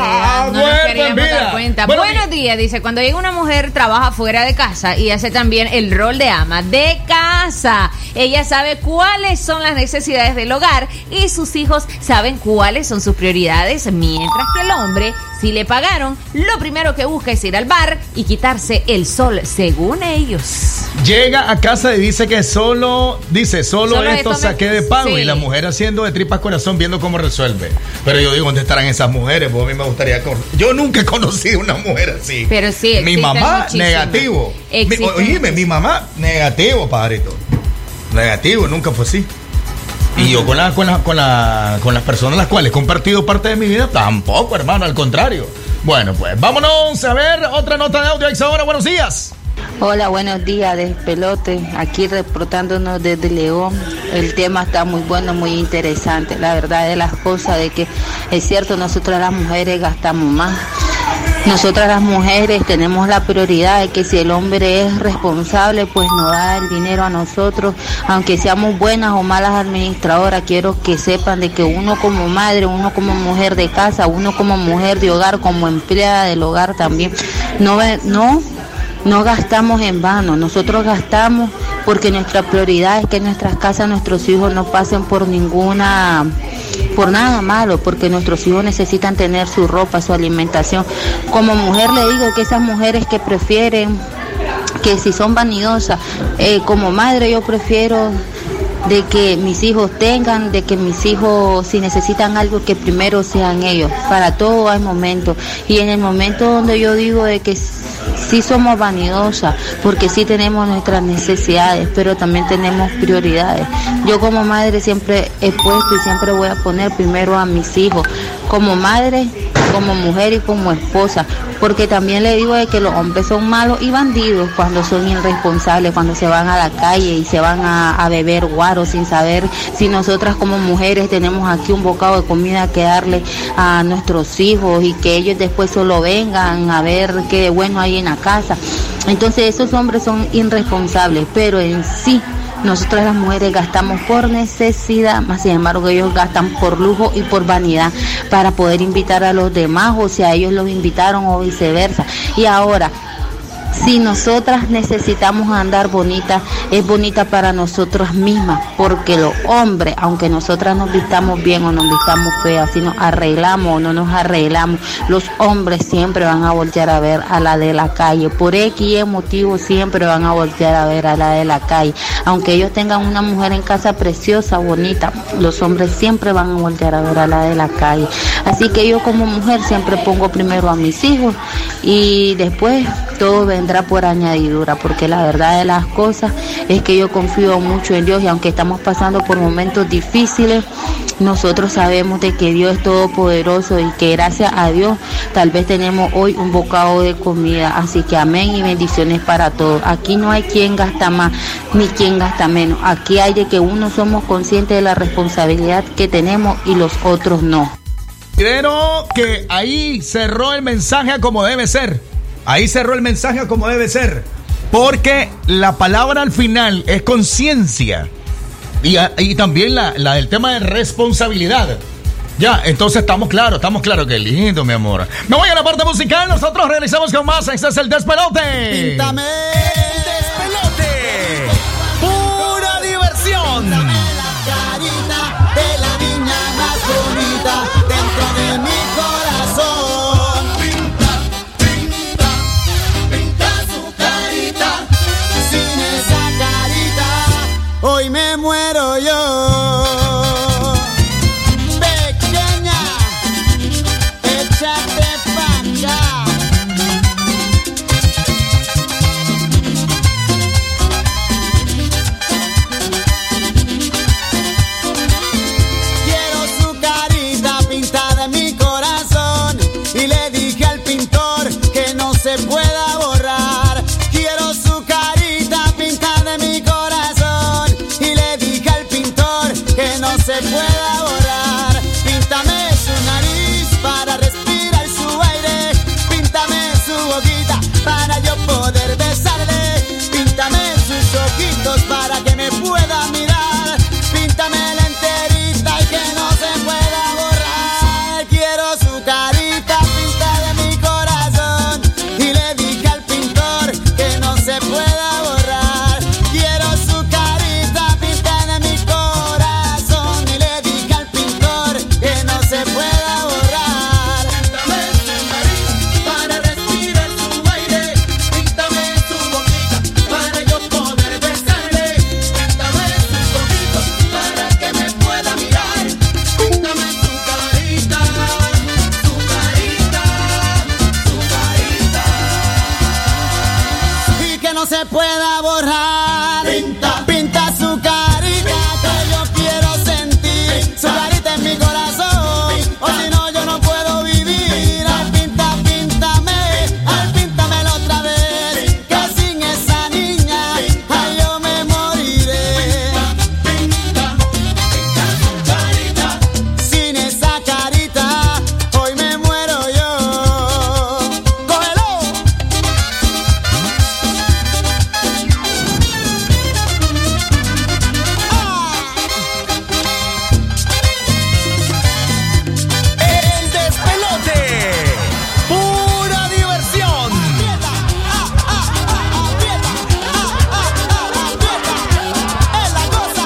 Ah, no bueno, nos queríamos pues mira. dar cuenta. Bueno, Buenos días, dice, cuando llega una mujer trabaja fuera de casa y hace también el rol de ama de casa. Ella sabe cuáles son las necesidades del hogar y sus hijos saben cuáles son sus prioridades, mientras que el hombre, si le pagaron, lo primero que busca es ir al bar y quitarse el sol, según ellos. Llega a casa y dice que solo, dice, solo, Solo esto esto me- saqué de pago, sí. y la mujer haciendo de tripas corazón viendo cómo resuelve. Pero yo digo, ¿dónde estarán esas mujeres? Pues a mí me gustaría... con- Yo nunca he conocido una mujer así. Pero sí, Mi existen mamá, muchísimas. negativo. Mi, Existen oíme, mi mamá, negativo, padrito. Negativo, nunca fue así. Y yo con, la, con, la, con, la, con las personas las cuales he compartido parte de mi vida, tampoco, hermano, al contrario. Bueno, pues vámonos a ver otra nota de audio. Ex ahora, buenos días. Hola, buenos días, Despelote, aquí reportándonos desde León. El tema está muy bueno, muy interesante. La verdad de las cosas de que es cierto, nosotras las mujeres gastamos más. Nosotras las mujeres tenemos la prioridad de que si el hombre es responsable, pues nos da el dinero a nosotros, aunque seamos buenas o malas administradoras. Quiero que sepan de que uno como madre, uno como mujer de casa, uno como mujer de hogar, como empleada del hogar también, no, no, no gastamos en vano. Nosotros gastamos porque nuestra prioridad es que en nuestras casas nuestros hijos no pasen por ninguna... por nada malo, porque nuestros hijos necesitan tener su ropa, su alimentación. Como mujer le digo que esas mujeres que prefieren, que si son vanidosas, eh, como madre yo prefiero de que mis hijos tengan, de que mis hijos si necesitan algo que primero sean ellos. Para todo hay momentos, y en el momento donde yo digo de que sí somos vanidosas, porque sí tenemos nuestras necesidades, pero también tenemos prioridades. Yo como madre siempre he puesto y siempre voy a poner primero a mis hijos, como madre, como mujer y como esposa, porque también le digo de que los hombres son malos y bandidos cuando son irresponsables, cuando se van a la calle y se van a, a beber guaro sin saber si nosotras como mujeres tenemos aquí un bocado de comida que darle a nuestros hijos y que ellos después solo vengan a ver qué bueno hay en la casa. Entonces esos hombres son irresponsables, pero en sí nosotras las mujeres gastamos por necesidad, más sin embargo ellos gastan por lujo y por vanidad para poder invitar a los demás, o si a ellos los invitaron o viceversa. Y ahora, si nosotras necesitamos andar bonita, es bonita para nosotras mismas, porque los hombres, aunque nosotras nos vistamos bien o nos vistamos feas, si nos arreglamos o no nos arreglamos, los hombres siempre van a voltear a ver a la de la calle. Por X motivo siempre van a voltear a ver a la de la calle. Aunque ellos tengan una mujer en casa preciosa, bonita, los hombres siempre van a voltear a ver a la de la calle. Así que yo como mujer siempre pongo primero a mis hijos y después todo vendrá por añadidura, porque la verdad de las cosas es que yo confío mucho en Dios, y aunque estamos pasando por momentos difíciles, nosotros sabemos de que Dios es todopoderoso y que gracias a Dios tal vez tenemos hoy un bocado de comida. Así que amén y bendiciones para todos. Aquí no hay quien gasta más ni quien gasta menos. Aquí hay de que uno somos conscientes de la responsabilidad que tenemos y los otros no. Creo que ahí cerró el mensaje como debe ser. Ahí cerró el mensaje como debe ser. Porque la palabra al final es conciencia. Y, y también la, la del tema de responsabilidad. Ya, entonces estamos claros, estamos claros. Qué lindo, mi amor. Me voy a la parte musical. Nosotros regresamos con más. Este es el Despelote. Píntame el despelote. Pura diversión. De la niña más bonita dentro de mi corazón. Pinta, pinta, pinta su carita. Sin esa carita, hoy me muero yo. Pequeña, échate pa' acá. Quiero su carita pintada en mi corazón y le dije al pintor que no se pueda borrar. Quiero su carita pintada en mi corazón y le dije al pintor que no se pueda borrar. Píntame su nariz para respirar su aire, píntame su boquita para yo poder besarle, píntame sus ojitos para que me pueda mirar, píntame la enterita y que no se pueda borrar. Quiero su carita pintada no se pueda borrar. Pinta, pinta su carita que yo quiero sentir. Su carita en mi corazón, o si no yo no puedo vivir. Ay, pinta, píntame, ay, píntamelo otra vez. Que sin esa niña, ay, yo me moriré. pinta, pinta su carita. Sin esa carita, hoy me muero yo. ¡Cógelo! El despelote. Pura diversión. Es la cosa.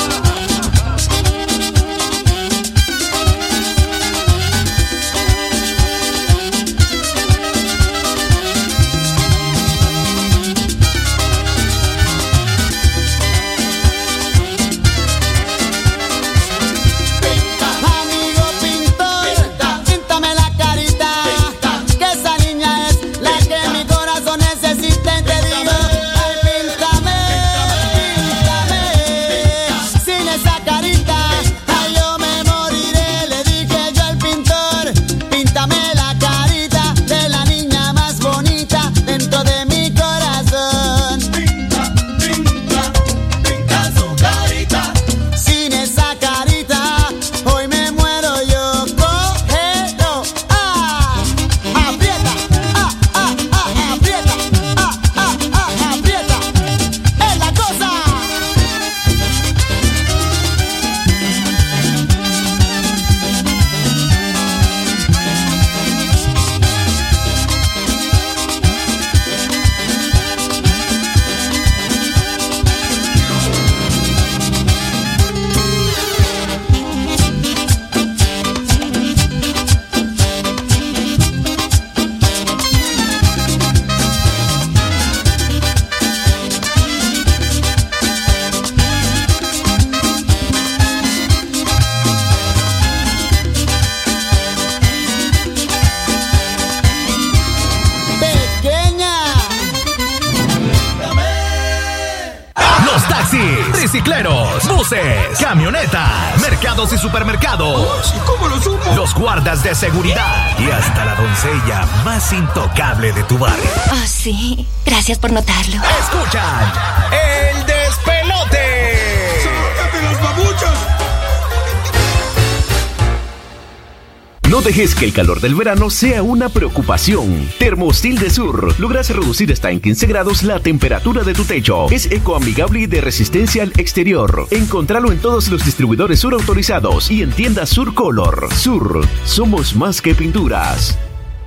Amigo pintor, píntame la carita. Que esa niña es la que mi corazón necesita. Y te digo, ay, píntame, píntame. Sin esa carita, ay, yo me moriré. Le dije yo al pintor, píntame la carita de la niña más bonita dentro de mi corazón. Pinta, pinta, pinta su carita. Sin esa carita, hoy me muero yo. Cógelo, ah, aprieta, ah, ah, ah, aprieta, ah, ah, ah, aprieta. Es la cosa. Pequeña. Los taxis, tricicleros, buses, camionetas, mercados y supermercados. ¿Cómo lo supo? Los guardas de seguridad y hasta la doncella más intocable de tu barrio. Oh, sí. Gracias por notarlo. Escuchan El Despelote. ¡Sácate las babuchas! No dejes que el calor del verano sea una preocupación. Thermostil de Sur logras reducir hasta en quince grados la temperatura de tu techo. Es ecoamigable y de resistencia al exterior. Encontralo en todos los distribuidores Sur autorizados y en tiendas Sur Color. Sur, somos más que pinturas.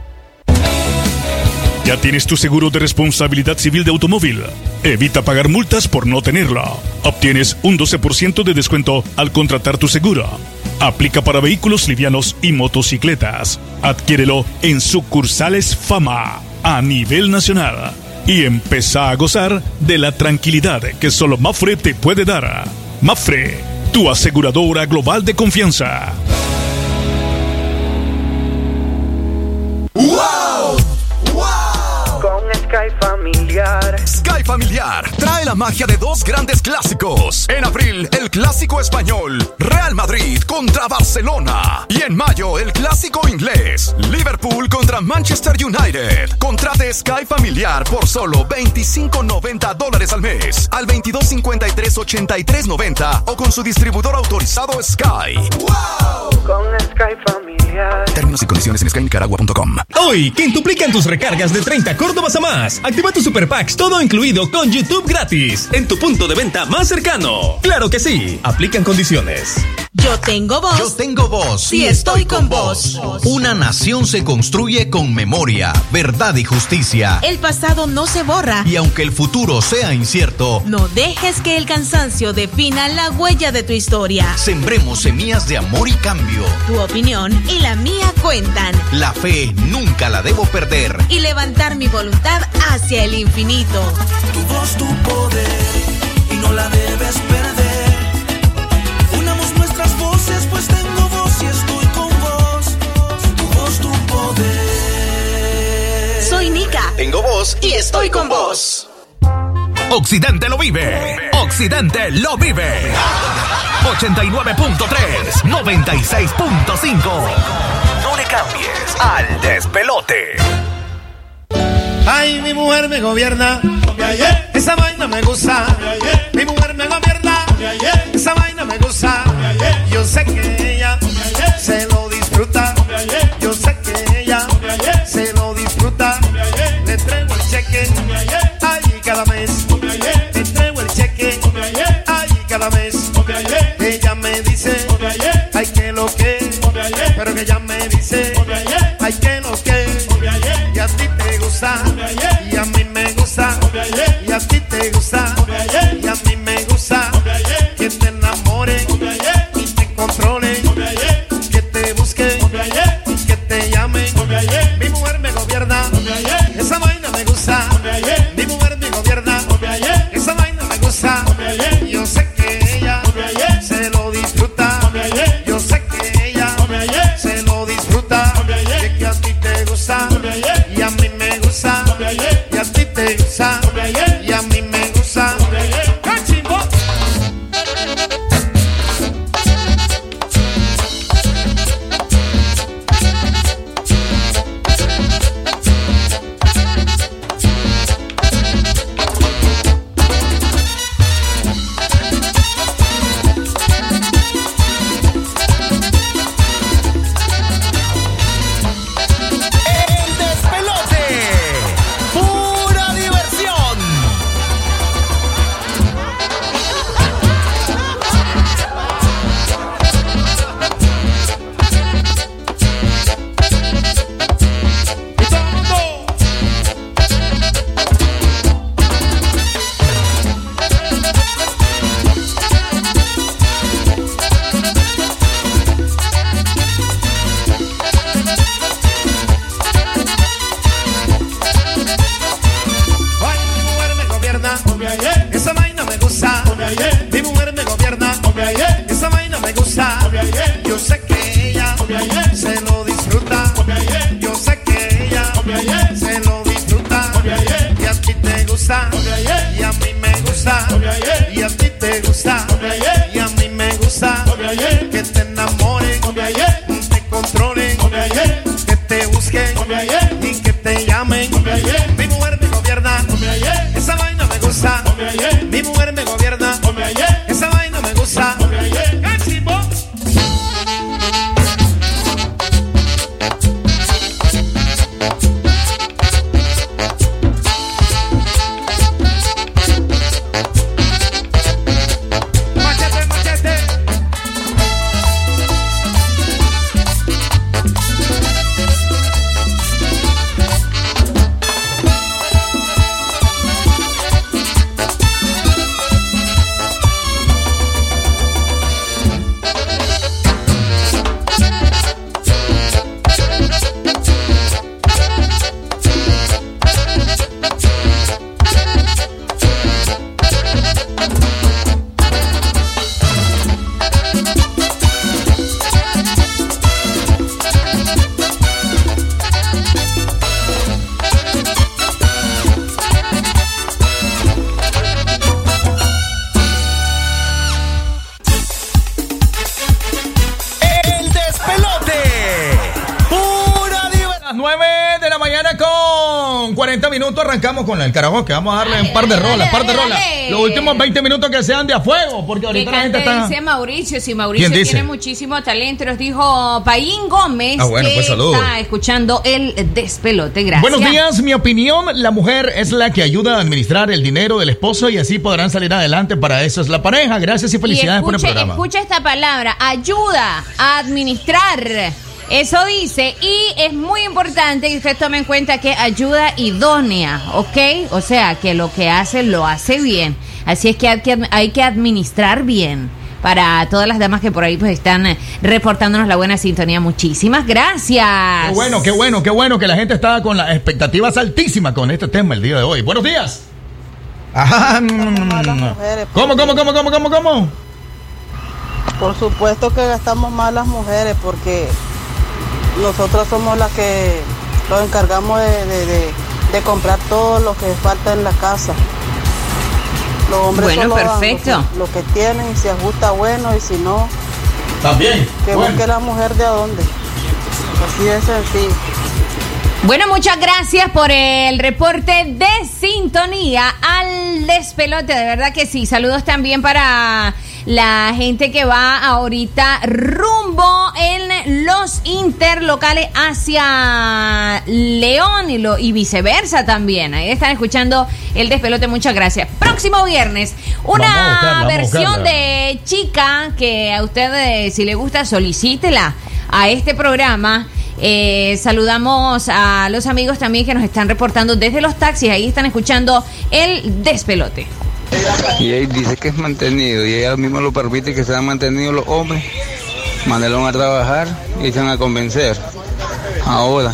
¿Ya tienes tu seguro de responsabilidad civil de automóvil? Evita pagar multas por no tenerla. Obtienes un doce por ciento de descuento al contratar tu seguro. Aplica para vehículos livianos y motocicletas. Adquiérelo en sucursales Fama a nivel nacional. Y empezá a gozar de la tranquilidad que solo Mapfre te puede dar. Mapfre, tu aseguradora global de confianza. ¡Wow! Con Sky Familiar. Sky Familiar trae la magia de dos grandes clásicos. En abril, el clásico español, Real Madrid contra Barcelona. Y en mayo, el clásico inglés, Liverpool contra Manchester United. Contrate Sky Familiar por solo veinticinco noventa dólares al mes. Al veintidós cincuenta y tres ochenta y tres noventa o con su distribuidor autorizado Sky. ¡Wow! Con Sky Familiar. Términos y condiciones en sky nicaragua punto com. Hoy, quintuplican tus recargas de treinta Córdobas a más. Activa tu Super Packs, todo incluido con YouTube gratis. En tu punto de venta más cercano. Claro que sí. Aplican condiciones. Yo tengo voz. Yo tengo voz. Si estoy con vos. Una nación se construye con memoria, verdad y justicia. El pasado no se borra. Y aunque el futuro sea incierto, no dejes que el cansancio defina la huella de tu historia. Sembremos semillas de amor y cambio. Tu opinión y la mía cuentan. La fe nunca la debo perder. Y levantar mi voluntad hacia el infinito. Tu voz, tu poder, y no la debes perder. Unamos nuestras voces, pues tengo voz y estoy con vos. Tu voz, tu poder. Soy Nika. Tengo voz y estoy con vos. Occidente lo vive. Occidente lo vive. ochenta y nueve punto tres, noventa y seis punto cinco. No le cambies al despelote. Ay, mi mujer me gobierna. Esa vaina me gusta. Mi mujer me gobierna. Esa vaina me gusta. Yo sé que ella se lo disfruta. Yo sé que ella se lo disfruta. Le traigo el cheque allí cada mes. Le traigo el cheque allí cada mes. Ella me dice, ay que lo que, pero que ella me dice, ay que lo que, y a ti te gusta, y a mí me gusta, y a ti te gusta, y a mí me gusta, que te enamore y te controle, que te busque y que te llame. Mi mujer me gobierna, esa vaina me gusta. Mi mujer me gobierna, esa vaina me gusta. Yo sé que ella se lo disfruta. Yo sé que ella se lo disfruta. Es que a ti te gusta y a mí me gusta. Y a ti te gusta y a mí me gusta. ¡Cachimbo! Esa vaina me gusta. Mi mujer me gobierna. Esa vaina me gusta. Yo sé que ella se lo disfruta. Yo sé que ella se lo disfruta. Y a ti te gusta. Y a mí me gusta. Y a ti te gusta. Y a mí me gusta. Que te enamoren, te controlen, que te busquen y que te llamen. Mi mujer me gobierna. Esa vaina me gusta. Mi mujer me gobierna. Esa vaina me gusta. ¡Cachimbo! Machete, machete. cuarenta minutos arrancamos con el karaoke. Vamos a darle dale, un par de dale, rolas, dale, par de dale, rolas. dale. Los últimos veinte minutos que sean de a fuego, porque ahorita la gente está... dice Mauricio, si Mauricio ¿Quién dice? tiene muchísimo talento, nos dijo Paín Gómez, ah, bueno, que pues, está escuchando el despelote. Gracias. Buenos días, mi opinión, la mujer es la que ayuda a administrar el dinero del esposo y así podrán salir adelante. Para eso es la pareja. Gracias y felicidades y escuche, por el programa. Escucha esta palabra, ayuda a administrar. Eso dice, y es muy importante que usted tome en cuenta que ayuda idónea, ¿ok? O sea, que lo que hace, lo hace bien. Así es que hay que, hay que administrar bien. Para todas las damas que por ahí pues están reportándonos la buena sintonía, muchísimas gracias. Qué bueno, qué bueno, qué bueno que la gente está con las expectativas altísimas con este tema el día de hoy. Buenos días. Ajá. ¿Cómo, cómo, cómo, cómo, cómo, cómo? Por supuesto que gastamos más las mujeres porque nosotros somos las que nos encargamos de, de, de, de comprar todo lo que falta en la casa. Los hombres Bueno, solo dan perfecto. Lo que, lo que tienen, si ajusta bueno y si no, también. que Bueno. busque la mujer de a dónde. Así de sencillo. Bueno, muchas gracias por el reporte de sintonía al despelote, de verdad que sí. Saludos también para la gente que va ahorita rumbo en los interlocales hacia León y, lo, y viceversa también. Ahí están escuchando el despelote, muchas gracias. Próximo viernes, una Vamos a buscarla, vamos a versión buscarla. de chica que a usted, eh, si le gusta, solicítela a este programa. Eh, saludamos a los amigos también que nos están reportando desde los taxis. Ahí están escuchando el despelote. Y él dice que es mantenido y ella mismo lo permite que sean mantenidos los hombres. Mándenlo a trabajar y echan a convencer. Ahora,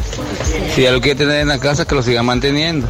si ella lo quiere tener en la casa, que lo siga manteniendo.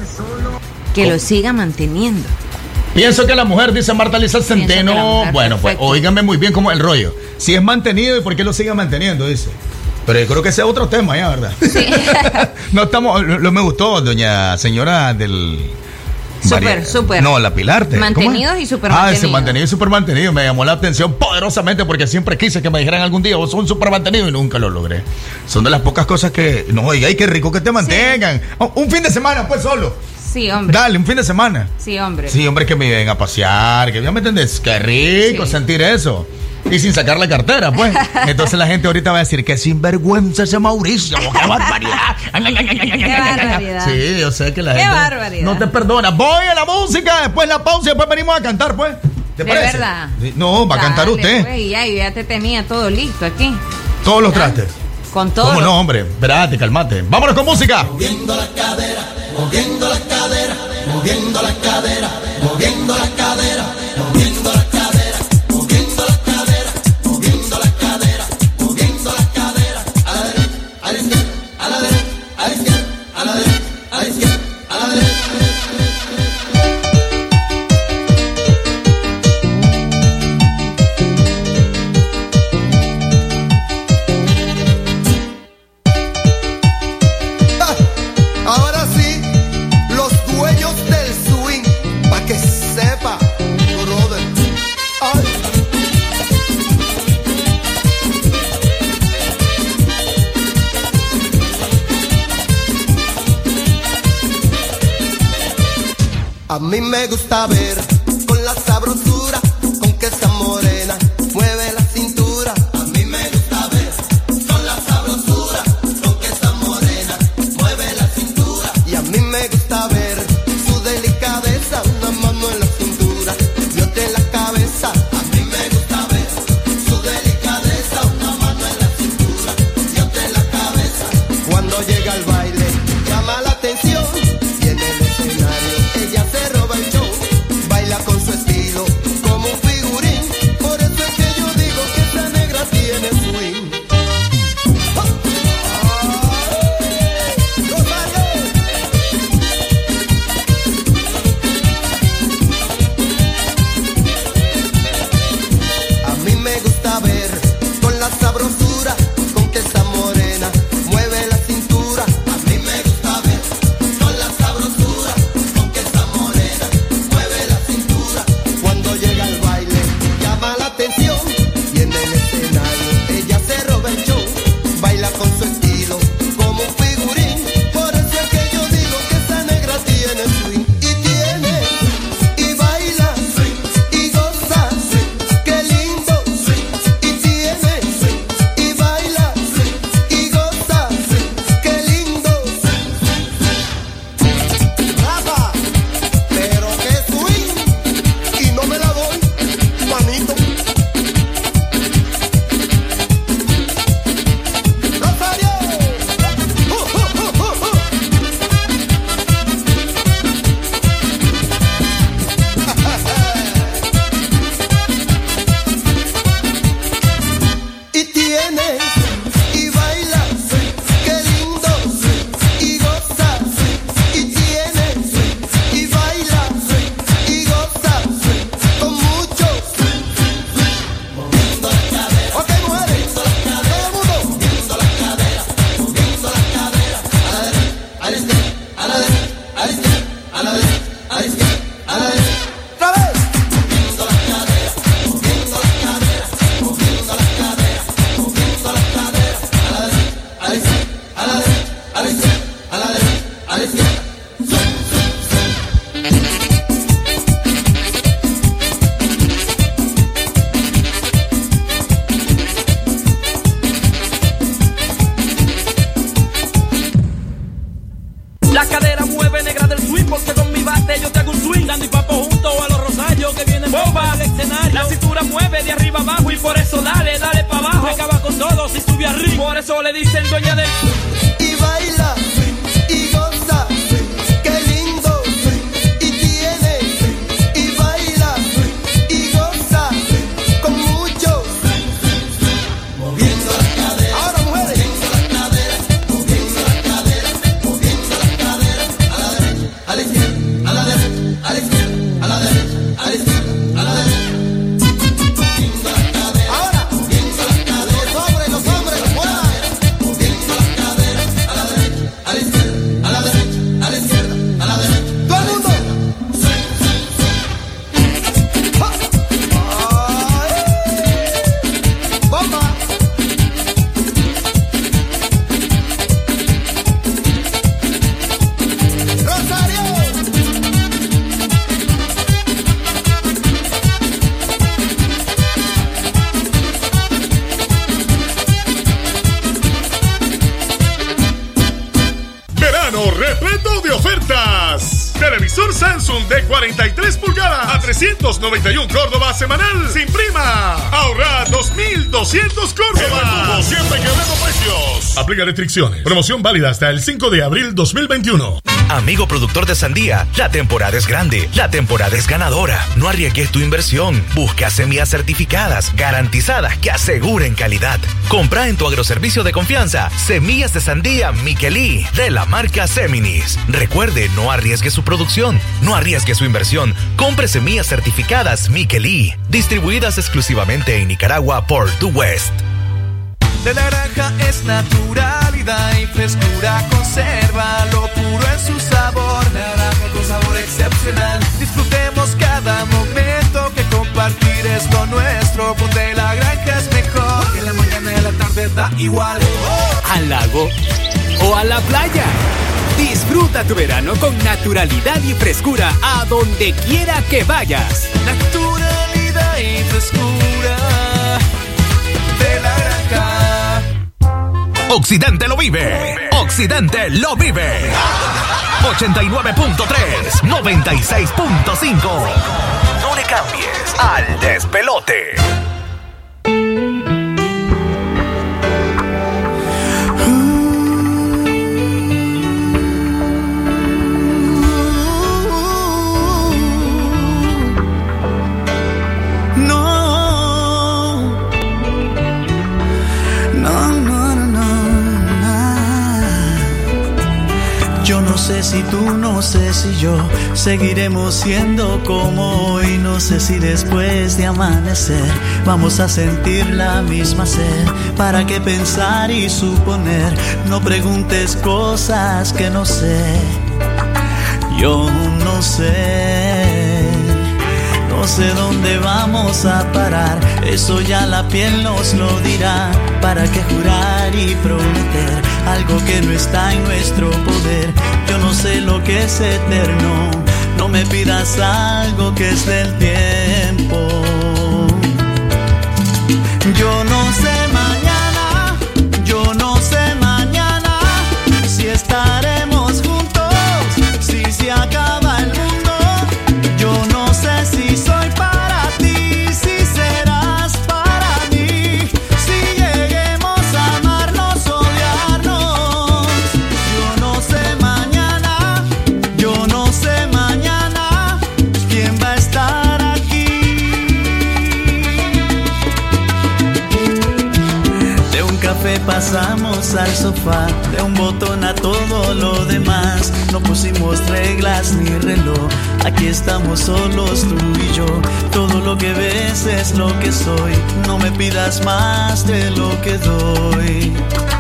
Que lo siga manteniendo. Pienso que la mujer, dice Marta Lisa Centeno, mujer, bueno, pues perfecto. óigame muy bien cómo es el rollo. Si es mantenido, ¿y por qué lo sigue manteniendo? Dice. Pero yo creo que ese es otro tema ya, ¿verdad? Sí. No estamos, lo, lo me gustó, doña señora del... Súper, María- súper. No, la Pilarte. ¿Cómo es? Mantenidos y súper Ah, ese mantenidos. mantenido y súper mantenido. Me llamó la atención poderosamente porque siempre quise que me dijeran algún día, vos sos un súper mantenido y nunca lo logré. Son de las pocas cosas que... No, oiga, ay, qué rico que te mantengan. Oh, un fin de semana, pues solo. Sí, hombre. Dale, un fin de semana. Sí, hombre. Sí, hombre, que me lleven a pasear, que ya me entendés, qué rico Sí. sentir eso. Y sin sacar la cartera, pues. Entonces la gente ahorita va a decir que sinvergüenza ese Mauricio, qué barbaridad. Qué barbaridad. Sí, yo sé que la Qué gente barbaridad. no te perdona. Voy a la música, después la pausa y después venimos a cantar, pues. ¿Te De parece? verdad. Sí, no, va a cantar Dale, usted. pues, y ya, y ya te tenía todo listo aquí. Todos los trastes. Con todo. ¿Cómo no, hombre? Espérate, calmate. Vámonos con música. Moviendo la cadera, moviendo la cadera, moviendo la cadera, moviendo la cadera, moviendo la cadera, moviendo la cadera, moviendo la cadera, moviendo la cadera, a la derecha, a la izquierda, a la derecha, a la izquierda, a la derecha, a la izquierda, a la derecha. Ahora sí, los dueños del swing, pa' que sepa, brother. Ay. A mí me gusta ver con la sabrosura con que esa morena mueve la cintura. A mí me gusta ver con la sabrosura con que esa morena mueve la cintura. Y a mí me gusta ver su delicadeza, una mano en la cintura y otra en la cabeza. A mí me gusta ver su delicadeza, una mano en la cintura y otra en la cabeza. Cuando llega al baile llama la atención y en el escenario ella se roba el show. Baila con su estilo como un figurín. Por eso es que yo digo que esa negra tiene swing. A mí me gusta ver con la sabrosura con que esa morena mueve la cintura. A mí me gusta ver con la sabrosura con que esa morena mueve la cintura. Cuando llega al baile llama la atención y en el escenario ella se roba el show. Baila con su estilo como un figurín. Por eso es que yo digo que esa negra tiene swing. Y tiene, y baila, y goza, qué lindo. Y tiene, y baila, y goza, qué lindo. Rafa, pero qué swing. Y no me la doy, manito. Rosario. Uh, uh, uh, uh, uh. Y tiene, y baila, qué lindo, y goza, y tiene, y baila, y goza, con mucho. Moviendo la cadera, ok, mujeres, todo el mundo. Moviendo la cadera, moviendo la cadera, a la derecha, a la izquierda, a la derecha, a la izquierda, a la derecha, a la izquierda, a la derecha, mueve negra del swing, porque con mi bate yo te hago un swing. Dando y papo junto a los rosarios que vienen bomba al escenario. La cintura mueve de arriba abajo y por eso dale, dale pa' abajo. Acaba con todo si sube arriba. Por eso le dicen dueña del... Y baila, y goza, qué lindo, y tiene, y baila, y goza, con mucho, moviendo las caderas. Ahora mujeres, moviendo las caderas, moviendo las caderas, moviendo las caderas, a la derecha, a la izquierda, a la derecha, a la izquierda, a la derecha, a la izquierda, a la derecha. Moviendo las caderas, ahora, moviendo las caderas, los hombres, los hombres, los muevan, moviendo las caderas, a la derecha, a la izquierda, a la derecha, a la izquierda, a la derecha. Todo el mundo. ¡Bomba! ¡Rosario! Verano repleto de ofertas. Televisor Samsung de cuarenta y tres pulgadas a trescientos noventa y uno Córdoba semanal sin prima. Ahorra dos mil doscientos Córdoba. Como siempre quebramos precios. Aplica restricciones. Promoción válida hasta el cinco de abril dos mil veintiuno. Amigo productor de sandía, la temporada es grande, la temporada es ganadora. No arriesgues tu inversión. Busca semillas certificadas, garantizadas, que aseguren calidad. Compra en tu agroservicio de confianza semillas de sandía Miquelí de la marca Seminis. Recuerde, no arriesgue su producción, no arriesgue su inversión. Compre semillas certificadas Miquelí, distribuidas exclusivamente en Nicaragua por The West. De naranja es naturalidad y frescura, conserva lo puro en su sabor. Naranja con sabor excepcional. Disfrutemos cada momento, que compartir es lo nuestro. Ponte la granja es mejor. En la mañana y en la tarde da igual. Al lago o a la playa. Disfruta tu verano con naturalidad y frescura a donde quiera que vayas. Naturalidad y frescura de la granja. Occidente lo vive. Occidente lo vive. ochenta y nueve punto tres, noventa y seis punto cinco. No le cambies al despelote. Yo no sé si tú, no sé si yo seguiremos siendo como hoy. No sé si después de amanecer vamos a sentir la misma sed. ¿Para qué pensar y suponer? No preguntes cosas que no sé. Yo no sé. No sé dónde vamos a parar, eso ya la piel nos lo dirá. ¿Para qué jurar y prometer algo que no está en nuestro poder? Yo no sé lo que es eterno, no me pidas algo que es del tiempo. Yo no sé mañana, yo no sé mañana si estaremos juntos, si se acaba el mundo. Yo no sé si soy para ti, si serás para mí, si lleguemos a amarnos, odiarnos. Yo no sé mañana, yo no sé mañana quién va a estar aquí. De un café pasamos al sofá, de un botón a todo lo demás. No pusimos reglas ni reloj, aquí estamos solos tú y yo. Todo lo que ves es lo que soy, no me pidas más de lo que doy.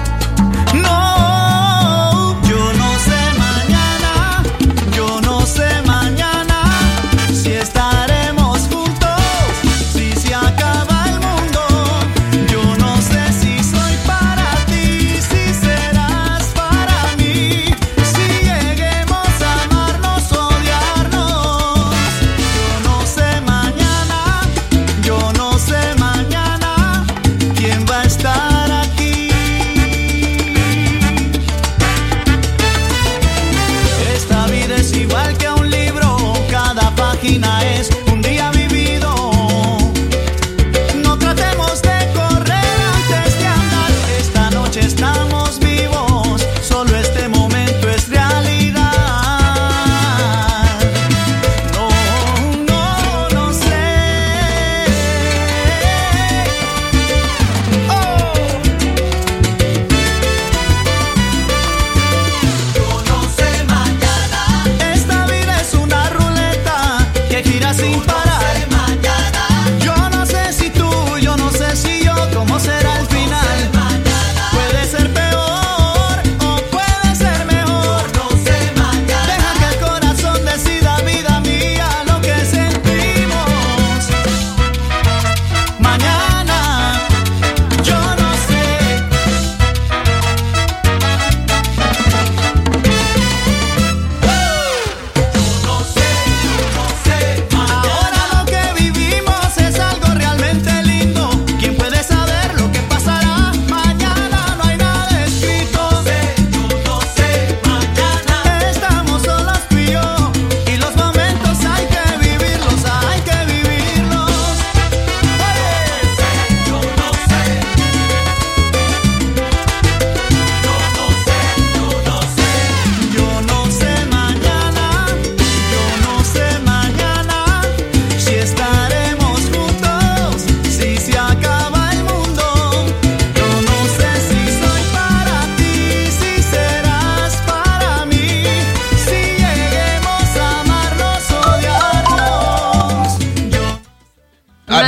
No, yo no sé mañana, yo no sé mañana si estaremos juntos, si se acaba el mundo. Yo no sé si soy para ti, si serás para mí, si lleguemos a amarnos, odiarnos. Yo no sé mañana, yo no sé mañana quién va a estar aquí.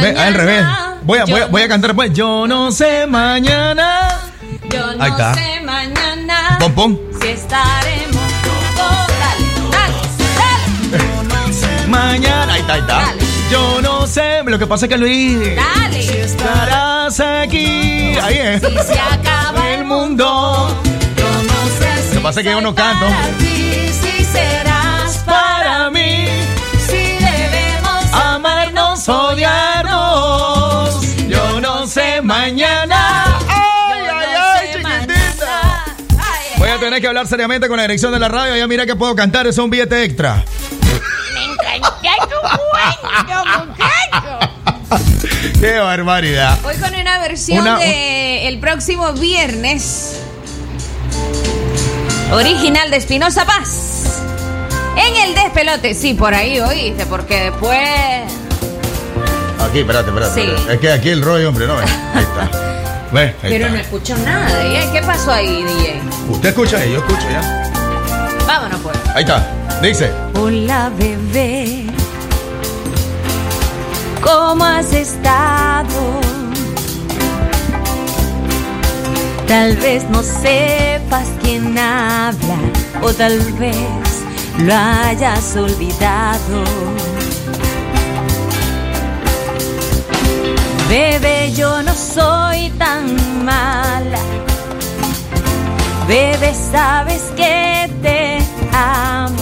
mañana. Ve, al revés. Voy a, voy a, voy a cantar pues. Yo no sé mañana. Yo no Ahí está. sé mañana. Pom, pom. Si estaremos juntos. Dale, dale, dale. Yo no sé Mañana. Ahí está, ahí está. Dale. Yo no sé. Lo que pasa es que Luis. Dale. Si estarás aquí. Ahí es. Si se acaba el mundo. Yo no sé si Lo que pasa es que yo no soy canto. para ti, si serás para mí. Si debemos Amarnos, odiarnos. Yo no sé mañana. Ay, ay, ay, chiquitita. Voy a tener que hablar seriamente con la dirección de la radio. Ya mira que puedo cantar, es un billete extra. Me encanta tu cuento, muchacho. Qué barbaridad. Hoy con una versión Una- de el próximo viernes. Original de Espinosa Paz. En el despelote, sí, por ahí oíste, porque después. Aquí, espérate, espérate. Sí. espérate. Es que aquí el rollo, hombre, no ve. Ahí está. Ve, ahí Pero está. no escucho nada, ¿eh? ¿Qué pasó ahí, D J? Usted escucha ahí, yo escucho ya. Vámonos, pues. Ahí está. Dice. Hola, bebé. ¿Cómo has estado? Tal vez no sepas quién habla, o tal vez lo hayas olvidado. Bebé, yo no soy tan mala. Bebé, sabes que te amo.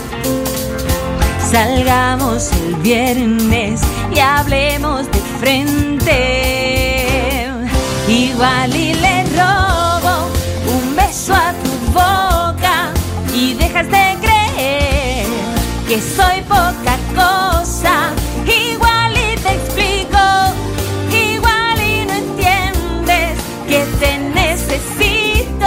Salgamos el viernes y hablemos de frente. Igual y le robo un beso a tu boca y dejas de creer que soy poca cosa. Igual y te explico, igual y no entiendes que te necesito.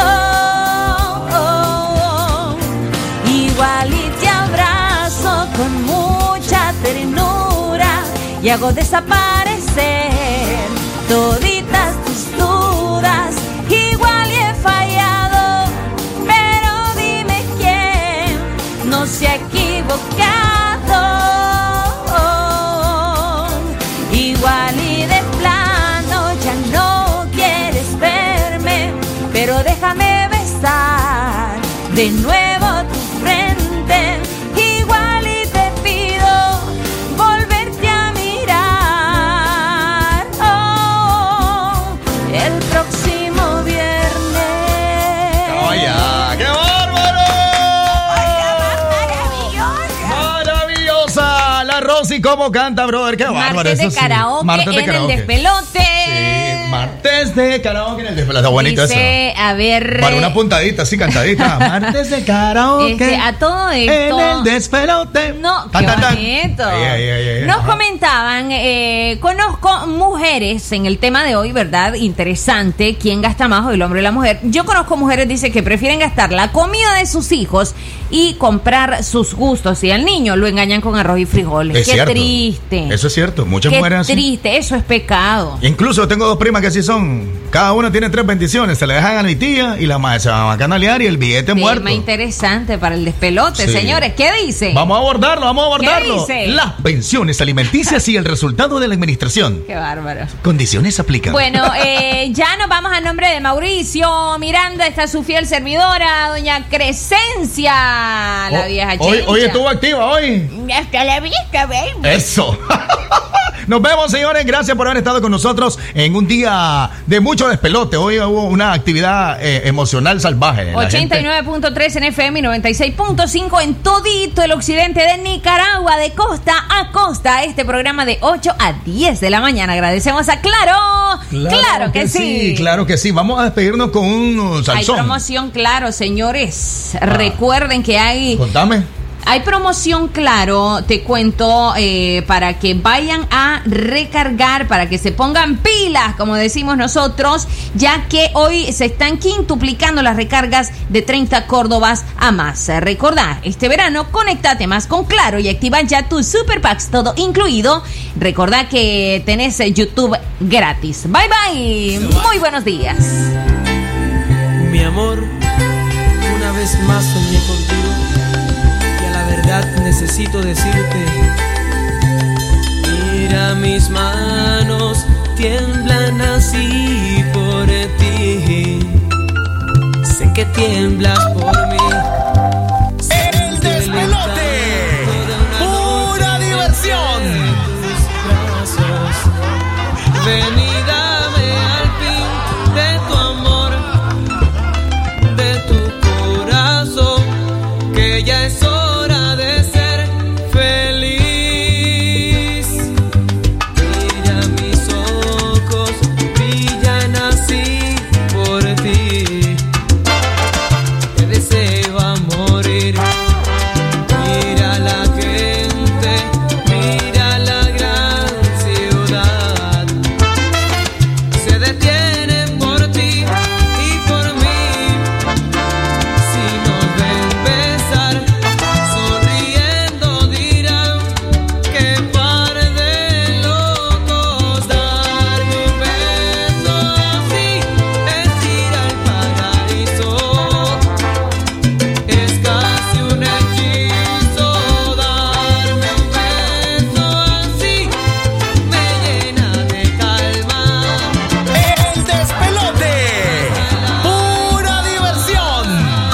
Igual y te abrazo con mucha ternura y hago desaparecer toditas tus dudas. Igual y he fallado, pero dime quién no se ha equivocado. Igual y de plano ya no quieres verme, pero déjame besar de nuevo tu frente. Igual y te pido volverte a mirar. Oh, el próximo viernes. ¡Oye! ¡Qué bárbaro! ¡Maravillosa! La Rosy, ¿cómo canta, brother? ¡Qué bárbaro! Martes de eso sí. karaoke Martes de en karaoke. el despelote. Sí, martes de karaoke en el despelote. Está bonito Dice, eso. a ver. Para una puntadita así cantadita. Martes de karaoke. Este, a todo esto. En el despelote. No, Tan, qué tan, tan. bonito. Ay, ay, ay, ay, Nos ajá. comentaban, eh, conozco mujeres en el tema de hoy, ¿verdad? Interesante, ¿quién gasta más, el hombre o la mujer? Yo conozco mujeres, dice, que prefieren gastar la comida de sus hijos y comprar sus gustos. Y al niño lo engañan con arroz y frijoles. Es Qué cierto. triste. Eso es cierto. Muchas Qué mujeres así. triste, eso es pecado. Incluso tengo dos primas que así son. Cada una tiene tres bendiciones. Se le dejan a mi tía y la madre se va a canalear y el billete muerto. Tema interesante para el despelote, Sí. señores. ¿Qué dice? Vamos a abordarlo, vamos a abordarlo. ¿Qué dice? Las pensiones alimenticias y el resultado de la administración. Qué bárbaro. Condiciones aplican. Bueno, eh, ya nos vamos a nombre de Mauricio Miranda, está su fiel servidora, doña Crescencia, la Oh, vieja hoy, chencha. hoy estuvo activa, hoy. Hasta la vista, baby. Eso. Nos vemos, señores. Gracias por haber estado con nosotros en un día de mucho despelote. Hoy hubo una actividad eh, emocional salvaje. La ochenta y nueve punto tres en F M y noventa y seis punto cinco en todito el occidente de Nicaragua, de costa a costa. Este programa de ocho a diez de la mañana. Agradecemos a Claro. Claro, que, sí. Claro que sí. Vamos a despedirnos con un salsón. Hay promoción, Claro, señores. Recuerden que hay... Contame. Hay promoción, Claro, te cuento, eh, para que vayan a recargar, para que se pongan pilas, como decimos nosotros, ya que hoy se están quintuplicando las recargas de treinta Córdobas a más. Recordá, este verano, conéctate más con Claro y activa ya tu Super Packs, todo incluido. Recordá que tenés YouTube gratis. Bye, bye. Muy buenos días. Mi amor, una vez más soñé contigo. Necesito decirte, mira Mira mis manos, tiemblan así por ti. Sé que tiemblas por mí. El despelote, pura diversión. Ven y dame al fin de tu amor, de tu corazón, que ya es hora de ser feliz. Mira mis ojos, brillan así por ti. Te deseo a morir. Mira la gente, mira la gran ciudad. Se detienen por ti y por mí. Si nos ven besar, sonriendo dirán que par de locos. Darme un beso así es ir al paraíso. Es casi un hechizo. Darme un beso así me llena de calma. El despelote, pura diversión.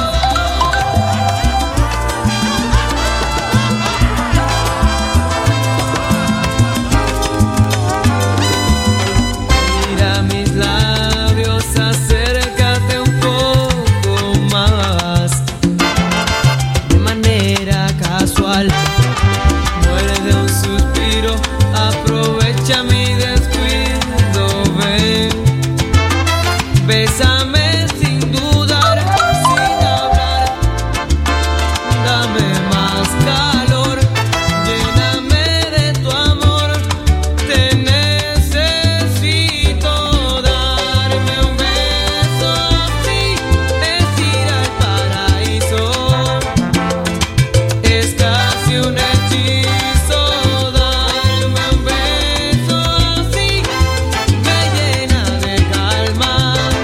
Mira mis labios, acércate un poco más. De manera casual, muerde un suspiro, aprovecha mi descuido, ven. Bésame sin dudar, sin hablar. Dame más calor, lléname de tu amor. Te necesito. Darme un beso así es ir al paraíso. Es casi un hechizo. Darme un beso así me llena de calma.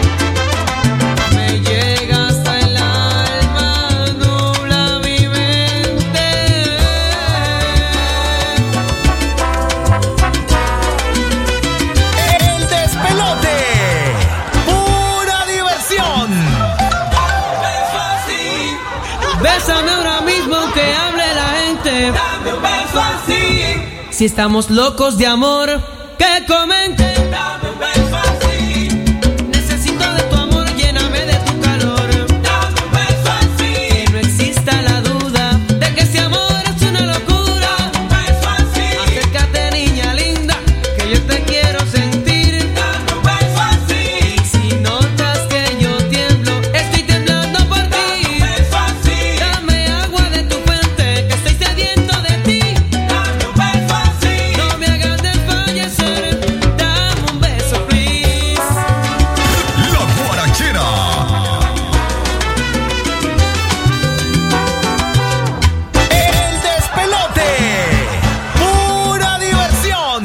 Me llega hasta el alma, nubla mi mente. El despelote, pura diversión. Bésame ahora mismo que hable la gente. Dame un beso así. Si estamos locos de amor, que comenten. Dame un beso así. Necesito de tu amor, lléname de tu calor. Dame un beso así. Que no exista la duda de que ese amor es una locura. Dame un beso así. Acércate, niña linda, que yo te quiero sentir. Dame un beso así. Y si notas que yo tiemblo, estoy temblando por ti. Dame un beso así. Dame agua de tu fuente, que estoy sediento de ti. Dame un beso así. No me hagas desfallecer. Dame un beso, please. La guarachera. El despelote, pura diversión.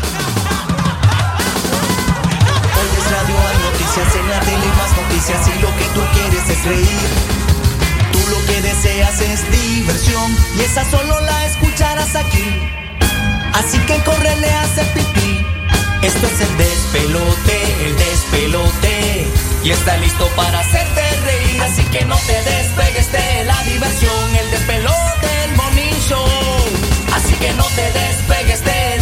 Oyes radio, hay noticias en la tele, más noticias y lo que tú quieres es reír. Tú lo que deseas es diversión y esa solo la escucharás aquí. Así que córrele a hacer pipí. Esto es el despelote, el despelote y está listo para hacerte reír. Así que no te despegues de la diversión, el despelote, el morning show. Así que no te despegues de